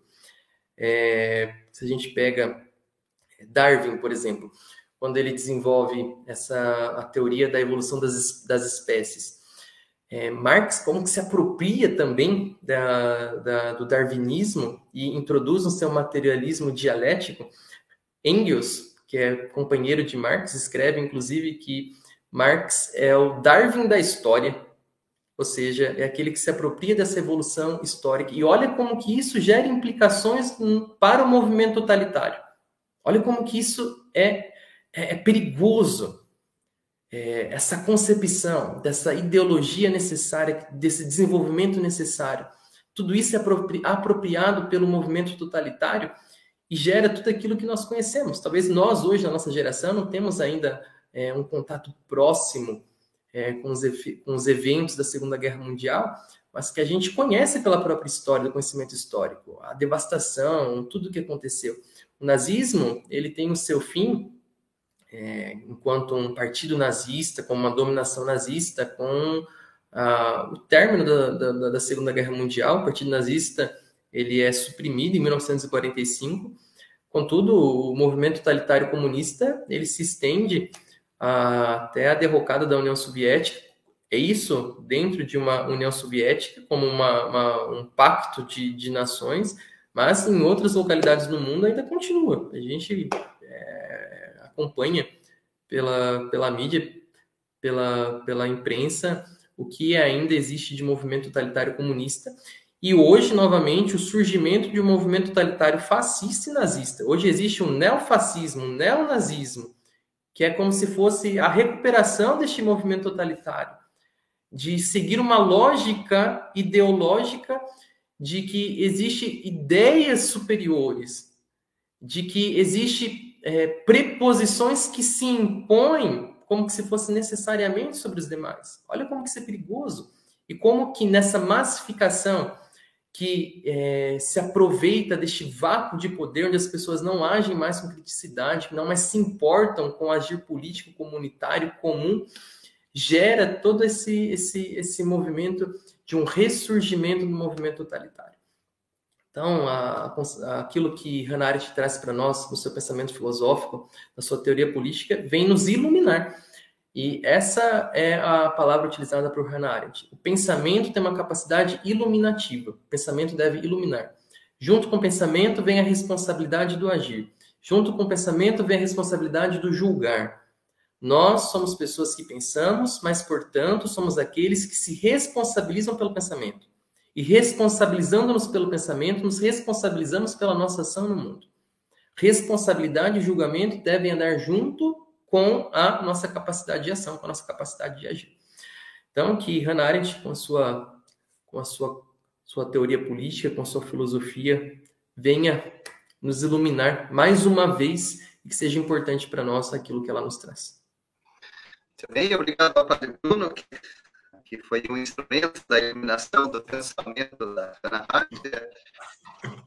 Speaker 2: É, se a gente pega Darwin, por exemplo, quando ele desenvolve essa, a teoria da evolução das, das espécies, é, Marx como que se apropria também da, da, do darwinismo e introduz no seu materialismo dialético. Engels, que é companheiro de Marx, escreve inclusive que Marx é o Darwin da história, ou seja, é aquele que se apropria dessa evolução histórica. E olha como que isso gera implicações para o movimento totalitário. Olha como que isso é, é, é perigoso. É, essa concepção, dessa ideologia necessária, desse desenvolvimento necessário, tudo isso é apropri- apropriado pelo movimento totalitário e gera tudo aquilo que nós conhecemos. Talvez nós, hoje, na nossa geração, não temos ainda é, um contato próximo é, com, os efe- com os eventos da Segunda Guerra Mundial, mas que a gente conhece pela própria história, do conhecimento histórico, a devastação, tudo o que aconteceu. O nazismo, ele tem o seu fim É, enquanto um partido nazista, com uma dominação nazista, com ah, o término da, da, da Segunda Guerra Mundial, o partido nazista ele é suprimido em mil novecentos e quarenta e cinco, contudo, o movimento totalitário comunista ele se estende ah, até a derrocada da União Soviética, é isso dentro de uma União Soviética, como uma, uma, um pacto de, de nações, mas em outras localidades do mundo ainda continua. A gente é, acompanha pela, pela mídia, pela, pela imprensa, o que ainda existe de movimento totalitário comunista. E hoje, novamente, o surgimento de um movimento totalitário fascista e nazista. Hoje existe um neofascismo, um neonazismo, que é como se fosse a recuperação deste movimento totalitário, de seguir uma lógica ideológica de que existem ideias superiores, de que existe é, preposições que se impõem como que se fosse necessariamente sobre os demais. Olha como que isso é perigoso. E como que nessa massificação que é, se aproveita deste vácuo de poder, onde as pessoas não agem mais com criticidade, que não mais se importam com o agir político comunitário comum, gera todo esse, esse, esse movimento de um ressurgimento do movimento totalitário. Então, a, a, aquilo que Hannah Arendt traz para nós no seu pensamento filosófico, na sua teoria política, vem nos iluminar. E essa é a palavra utilizada por Hannah Arendt. O pensamento tem uma capacidade iluminativa. O pensamento deve iluminar. Junto com o pensamento vem a responsabilidade do agir. Junto com o pensamento vem a responsabilidade do julgar. Nós somos pessoas que pensamos, mas, portanto, somos aqueles que se responsabilizam pelo pensamento. E responsabilizando-nos pelo pensamento, nos responsabilizamos pela nossa ação no mundo. Responsabilidade e julgamento devem andar junto com a nossa capacidade de ação, com a nossa capacidade de agir. Então, que Hannah Arendt, com a sua, com a sua, sua teoria política, com a sua filosofia, venha nos iluminar mais uma vez e que seja importante para nós aquilo que ela nos traz.
Speaker 1: Muito bem, obrigado ao Padre Bruno, que, que foi um instrumento da iluminação do pensamento da Hannah Arendt.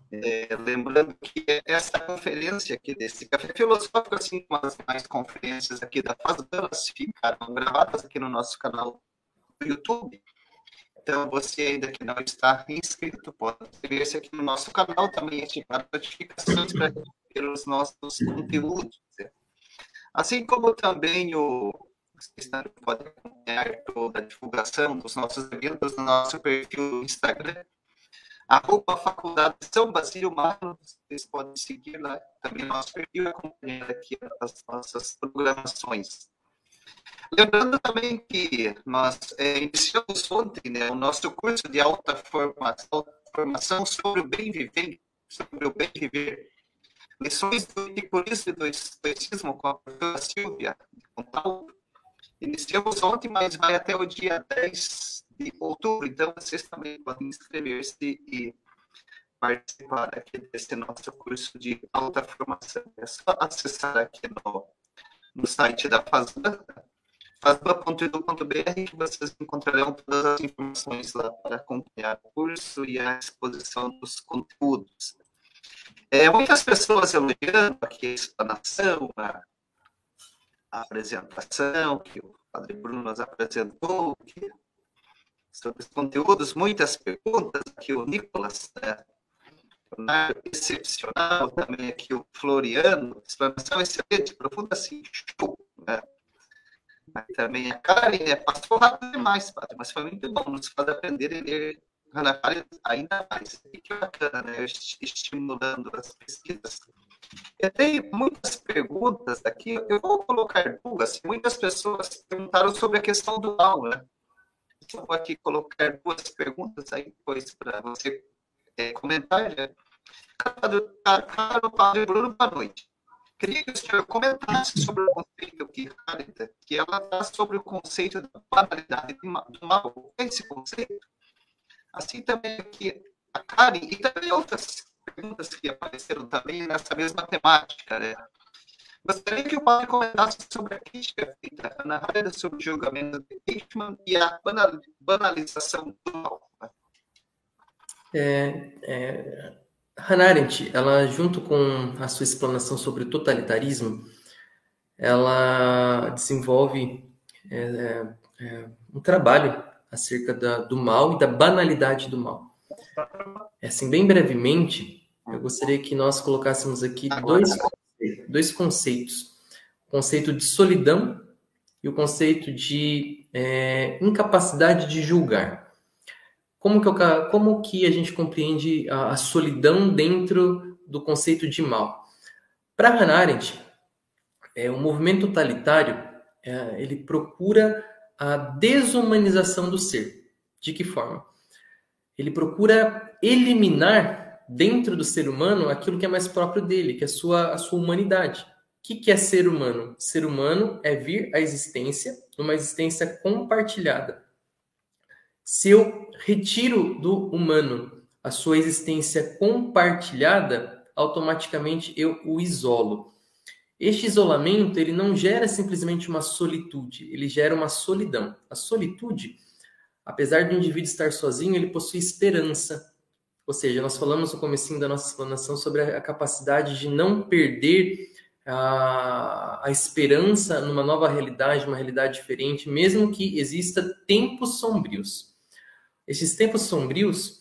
Speaker 1: É, lembrando que essa conferência aqui desse Café Filosófico, assim como as mais conferências aqui da FASBAN, elas ficaram gravadas aqui no nosso canal do YouTube. Então, você ainda que não está inscrito, pode inscrever-se aqui no nosso canal, também ativar notificações para receber os nossos conteúdos. Assim como também o vocês também podem acompanhar toda a divulgação dos nossos eventos no nosso perfil do Instagram, arroba Faculdade São Basílio Magno. Vocês podem seguir lá também nosso perfil e acompanhar aqui as nossas programações. Lembrando também que nós é, iniciamos ontem, né, o nosso curso de alta formação, formação sobre o bem viver, sobre o bem viver. Lições do epicurismo e do estoicismo com a professora Silvia Montalvo. Iniciamos ontem, mas vai até o dia dez de outubro, então vocês também podem inscrever-se e participar aqui desse nosso curso de alta formação. É só acessar aqui no, no site da FASBAN, fasban ponto edu ponto br, que vocês encontrarão todas as informações lá para acompanhar o curso e a exposição dos conteúdos. É, muitas pessoas elogiando aqui a explanação, a, a apresentação que o Padre Bruno nos apresentou, que, sobre os conteúdos, muitas perguntas, aqui o Nicolas, né, excepcional, também aqui o Floriano, explanação excelente, profunda, assim, show, né? Também a Karen, né, passou rápido demais, Padre, mas foi muito bom, nos faz aprender a ler Hannah Arendt ainda mais. Que bacana, né? Estimulando as pesquisas. Eu tenho muitas perguntas aqui, eu vou colocar duas. Muitas pessoas perguntaram sobre a questão do mal, né? Eu vou aqui colocar duas perguntas aí depois para você é, comentar. Né? Caro Padre Bruno, boa noite. Queria que o senhor comentasse sobre o conceito que Arendt, que ela dá sobre o conceito da banalidade do mal. O que é esse conceito? Assim também aqui a Karen e também outras perguntas que apareceram também nessa mesma temática, né? Gostaria que o padre comentasse sobre a crítica feita na área sobre o julgamento de Eichmann e a banalização do mal.
Speaker 2: É, é, Hannah Arendt, ela, junto com a sua explanação sobre o totalitarismo, ela desenvolve é, é, um trabalho acerca da, do mal e da banalidade do mal. Assim, bem brevemente, eu gostaria que nós colocássemos aqui dois, dois conceitos. O conceito de solidão e o conceito de é, incapacidade de julgar. Como que, eu, como que a gente compreende a, a solidão dentro do conceito de mal? Para Hannah Arendt, é, o movimento totalitário, é, ele procura a desumanização do ser. De que forma? Ele procura eliminar dentro do ser humano aquilo que é mais próprio dele, que é a sua, a sua humanidade. O que, que é ser humano? Ser humano é vir à existência, numa existência compartilhada. Se eu retiro do humano a sua existência compartilhada, automaticamente eu o isolo. Este isolamento, ele não gera simplesmente uma solitude, ele gera uma solidão. A solitude, apesar do indivíduo estar sozinho, ele possui esperança. Ou seja, nós falamos no comecinho da nossa explanação sobre a capacidade de não perder a, a esperança numa nova realidade, uma realidade diferente, mesmo que exista tempos sombrios. Esses tempos sombrios,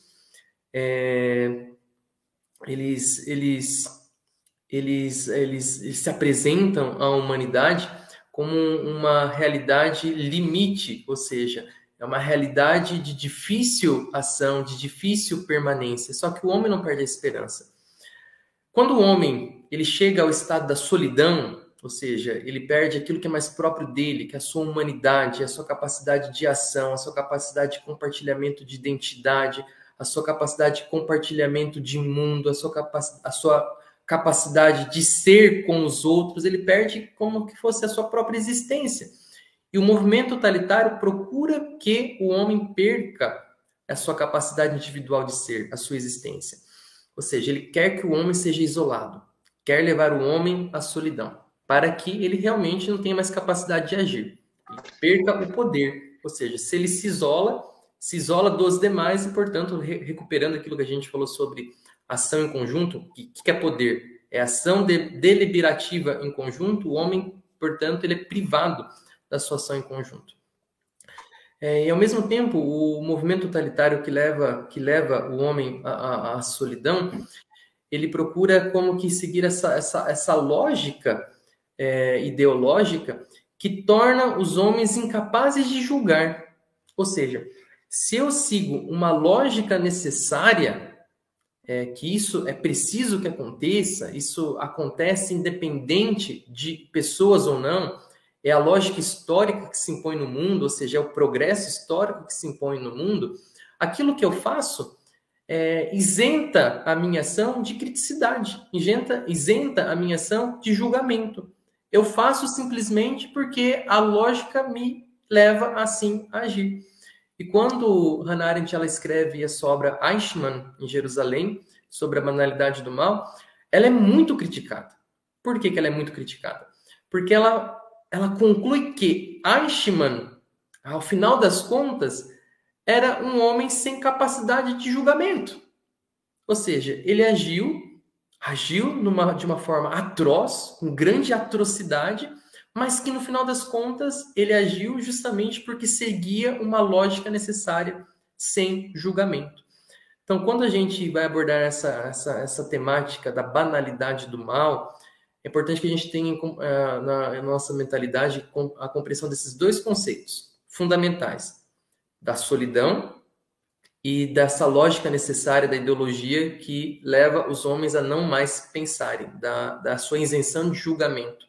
Speaker 2: é, eles... eles Eles, eles, eles se apresentam à humanidade como uma realidade limite, ou seja, é uma realidade de difícil ação, de difícil permanência. Só que o homem não perde a esperança. Quando o homem ele chega ao estado da solidão, ou seja, ele perde aquilo que é mais próprio dele, que é a sua humanidade, a sua capacidade de ação, a sua capacidade de compartilhamento de identidade, a sua capacidade de compartilhamento de mundo, a sua capacidade... A sua capacidade de ser com os outros, ele perde como que fosse a sua própria existência. E o movimento totalitário procura que o homem perca a sua capacidade individual de ser, a sua existência. Ou seja, ele quer que o homem seja isolado, quer levar o homem à solidão, para que ele realmente não tenha mais capacidade de agir. Ele perca o poder. Ou seja, se ele se isola, se isola dos demais e, portanto, re- recuperando aquilo que a gente falou sobre ação em conjunto, o que, que é poder? É ação de, deliberativa em conjunto, o homem, portanto, ele é privado da sua ação em conjunto. É, e, ao mesmo tempo, o movimento totalitário que leva, que leva o homem à, à, à solidão, ele procura como que seguir essa, essa, essa lógica é, ideológica que torna os homens incapazes de julgar. Ou seja, se eu sigo uma lógica necessária, é, que isso é preciso que aconteça, isso acontece independente de pessoas ou não, é a lógica histórica que se impõe no mundo, ou seja, é o progresso histórico que se impõe no mundo, aquilo que eu faço é, isenta a minha ação de criticidade, isenta, isenta a minha ação de julgamento. Eu faço simplesmente porque a lógica me leva assim a agir. E quando Hannah Arendt ela escreve essa obra Eichmann, em Jerusalém, sobre a banalidade do mal, ela é muito criticada. Por que, que ela é muito criticada? Porque ela, ela conclui que Eichmann, ao final das contas, era um homem sem capacidade de julgamento. Ou seja, ele agiu, agiu numa, de uma forma atroz, com grande atrocidade, mas que no final das contas ele agiu justamente porque seguia uma lógica necessária sem julgamento. Então, quando a gente vai abordar essa, essa, essa temática da banalidade do mal, é importante que a gente tenha uh, na nossa mentalidade a compreensão desses dois conceitos fundamentais, da solidão e dessa lógica necessária da ideologia que leva os homens a não mais pensarem, da, da sua isenção de julgamento.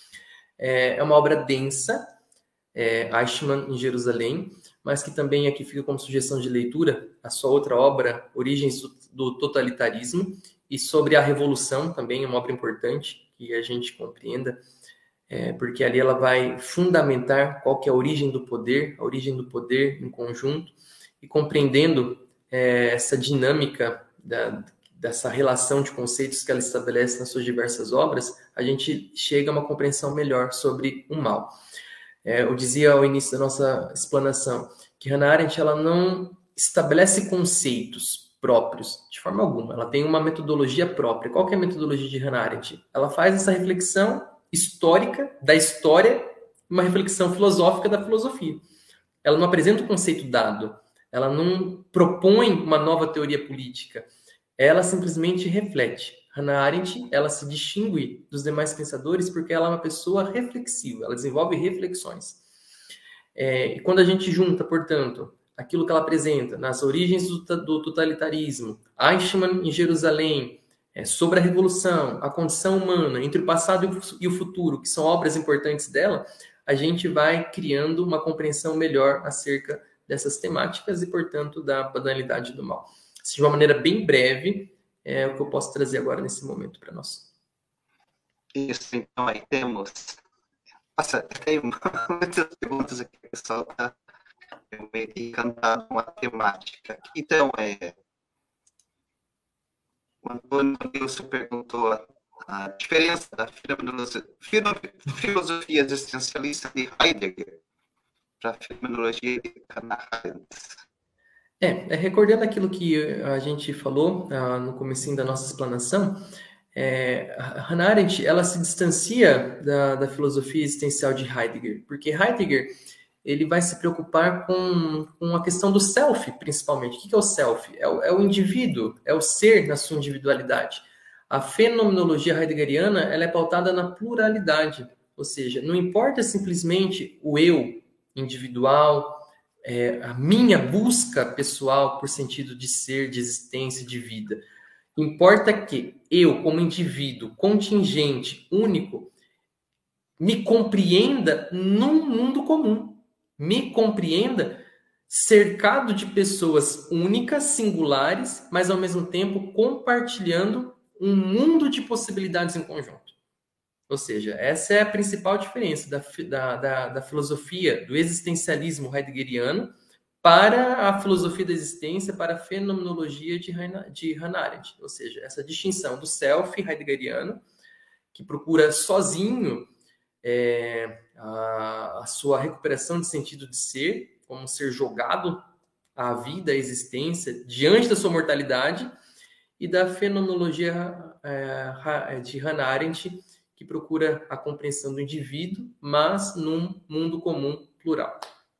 Speaker 2: É uma obra densa, é, Eichmann em Jerusalém, mas que também aqui fica como sugestão de leitura a sua outra obra, Origens do Totalitarismo, e sobre a Revolução, também é uma obra importante que a gente compreenda, é, porque ali ela vai fundamentar qual que é a origem do poder, a origem do poder em conjunto, e compreendendo é, essa dinâmica da, dessa relação de conceitos que ela estabelece nas suas diversas obras, a gente chega a uma compreensão melhor sobre o mal. É, eu dizia ao início da nossa explanação que Hannah Arendt ela não estabelece conceitos próprios, de forma alguma. Ela tem uma metodologia própria. Qual que é a metodologia de Hannah Arendt? Ela faz essa reflexão histórica da história, uma reflexão filosófica da filosofia. Ela não apresenta o conceito dado, ela não propõe uma nova teoria política, ela simplesmente reflete. Hannah Arendt, ela se distingue dos demais pensadores porque ela é uma pessoa reflexiva, ela desenvolve reflexões. É, e quando a gente junta, portanto, aquilo que ela apresenta nas origens do, do totalitarismo, Eichmann em Jerusalém, é, sobre a revolução, a condição humana, entre o passado e o futuro, que são obras importantes dela, a gente vai criando uma compreensão melhor acerca dessas temáticas e, portanto, da banalidade do mal. De uma maneira bem breve, é o que eu posso trazer agora nesse momento para nós.
Speaker 1: Isso, então aí temos... Nossa, tem muitas perguntas aqui, pessoal, tá? Eu meio que encantado com a temática. Então, é... o Antônio Nilson perguntou a diferença da filosofia existencialista de Heidegger para a fenomenologia de Hannah Arendt.
Speaker 2: É, recordando aquilo que a gente falou uh, no comecinho da nossa explanação, é, Hannah Arendt ela se distancia da, da filosofia existencial de Heidegger, porque Heidegger ele vai se preocupar com, com a questão do self, principalmente. O que é o self? É o, é o indivíduo, é o ser na sua individualidade. A fenomenologia heideggeriana ela é pautada na pluralidade, ou seja, não importa simplesmente o eu individual, é, a minha busca pessoal por sentido de ser, de existência, de vida. Importa que eu, como indivíduo contingente, único, me compreenda num mundo comum. Me compreenda cercado de pessoas únicas, singulares, mas ao mesmo tempo compartilhando um mundo de possibilidades em conjunto. Ou seja, essa é a principal diferença da, da, da, da filosofia do existencialismo heideggeriano para a filosofia da existência, para a fenomenologia de Hannah, de Hannah Arendt. Ou seja, essa distinção do self heideggeriano, que procura sozinho é, a, a sua recuperação de sentido de ser, como ser jogado à vida, à existência, diante da sua mortalidade, e da fenomenologia é, de Hannah Arendt, que procura a compreensão do indivíduo, mas num mundo comum plural.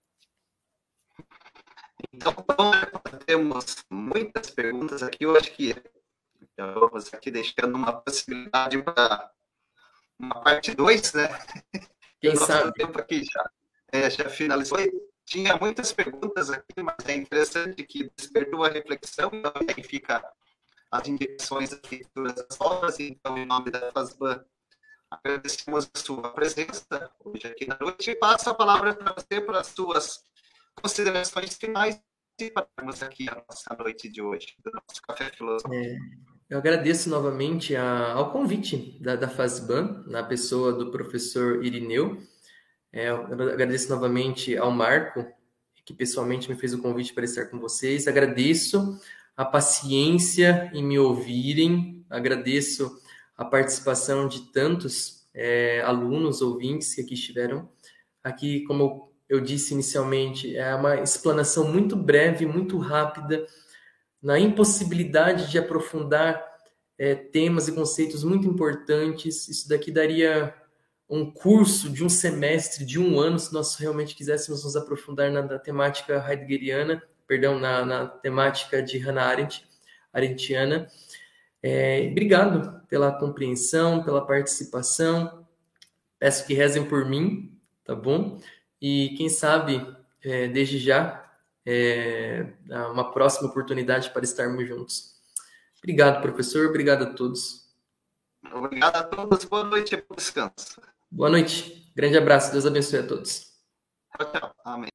Speaker 1: Então, temos muitas perguntas aqui, eu acho que vamos aqui deixando uma possibilidade para uma parte dois, né?
Speaker 2: Quem sabe?
Speaker 1: O tempo aqui já, é, já finalizou. Tinha muitas perguntas aqui, mas é interessante que despertou a reflexão, então aí fica as indicações das leituras das obras. Então, em nome da FASBAN, agradecemos a sua presença hoje aqui na noite e passo a palavra para você para as suas considerações finais e pararmos aqui a nossa noite de hoje, do nosso Café Filosófico.
Speaker 2: É, eu agradeço novamente a, ao convite da, da FASBAN, na pessoa do professor Irineu. É, eu agradeço novamente ao Marco, que pessoalmente me fez o convite para estar com vocês. Agradeço a paciência em me ouvirem, agradeço a participação de tantos é, alunos, ouvintes que aqui estiveram. Aqui, como eu disse inicialmente, é uma explanação muito breve, muito rápida, na impossibilidade de aprofundar é, temas e conceitos muito importantes. Isso daqui daria um curso de um semestre, de um ano, se nós realmente quiséssemos nos aprofundar na, na temática heideggeriana, perdão, na, na temática de Hannah Arendt, arendtiana. É, obrigado pela compreensão, pela participação. Peço que rezem por mim, tá bom? E quem sabe, é, desde já, é, uma próxima oportunidade para estarmos juntos. Obrigado, professor. Obrigado a todos.
Speaker 1: Obrigado a todos. Boa noite e bom descanso.
Speaker 2: Boa noite. Grande abraço. Deus abençoe a todos.
Speaker 1: Tchau, tchau. Amém.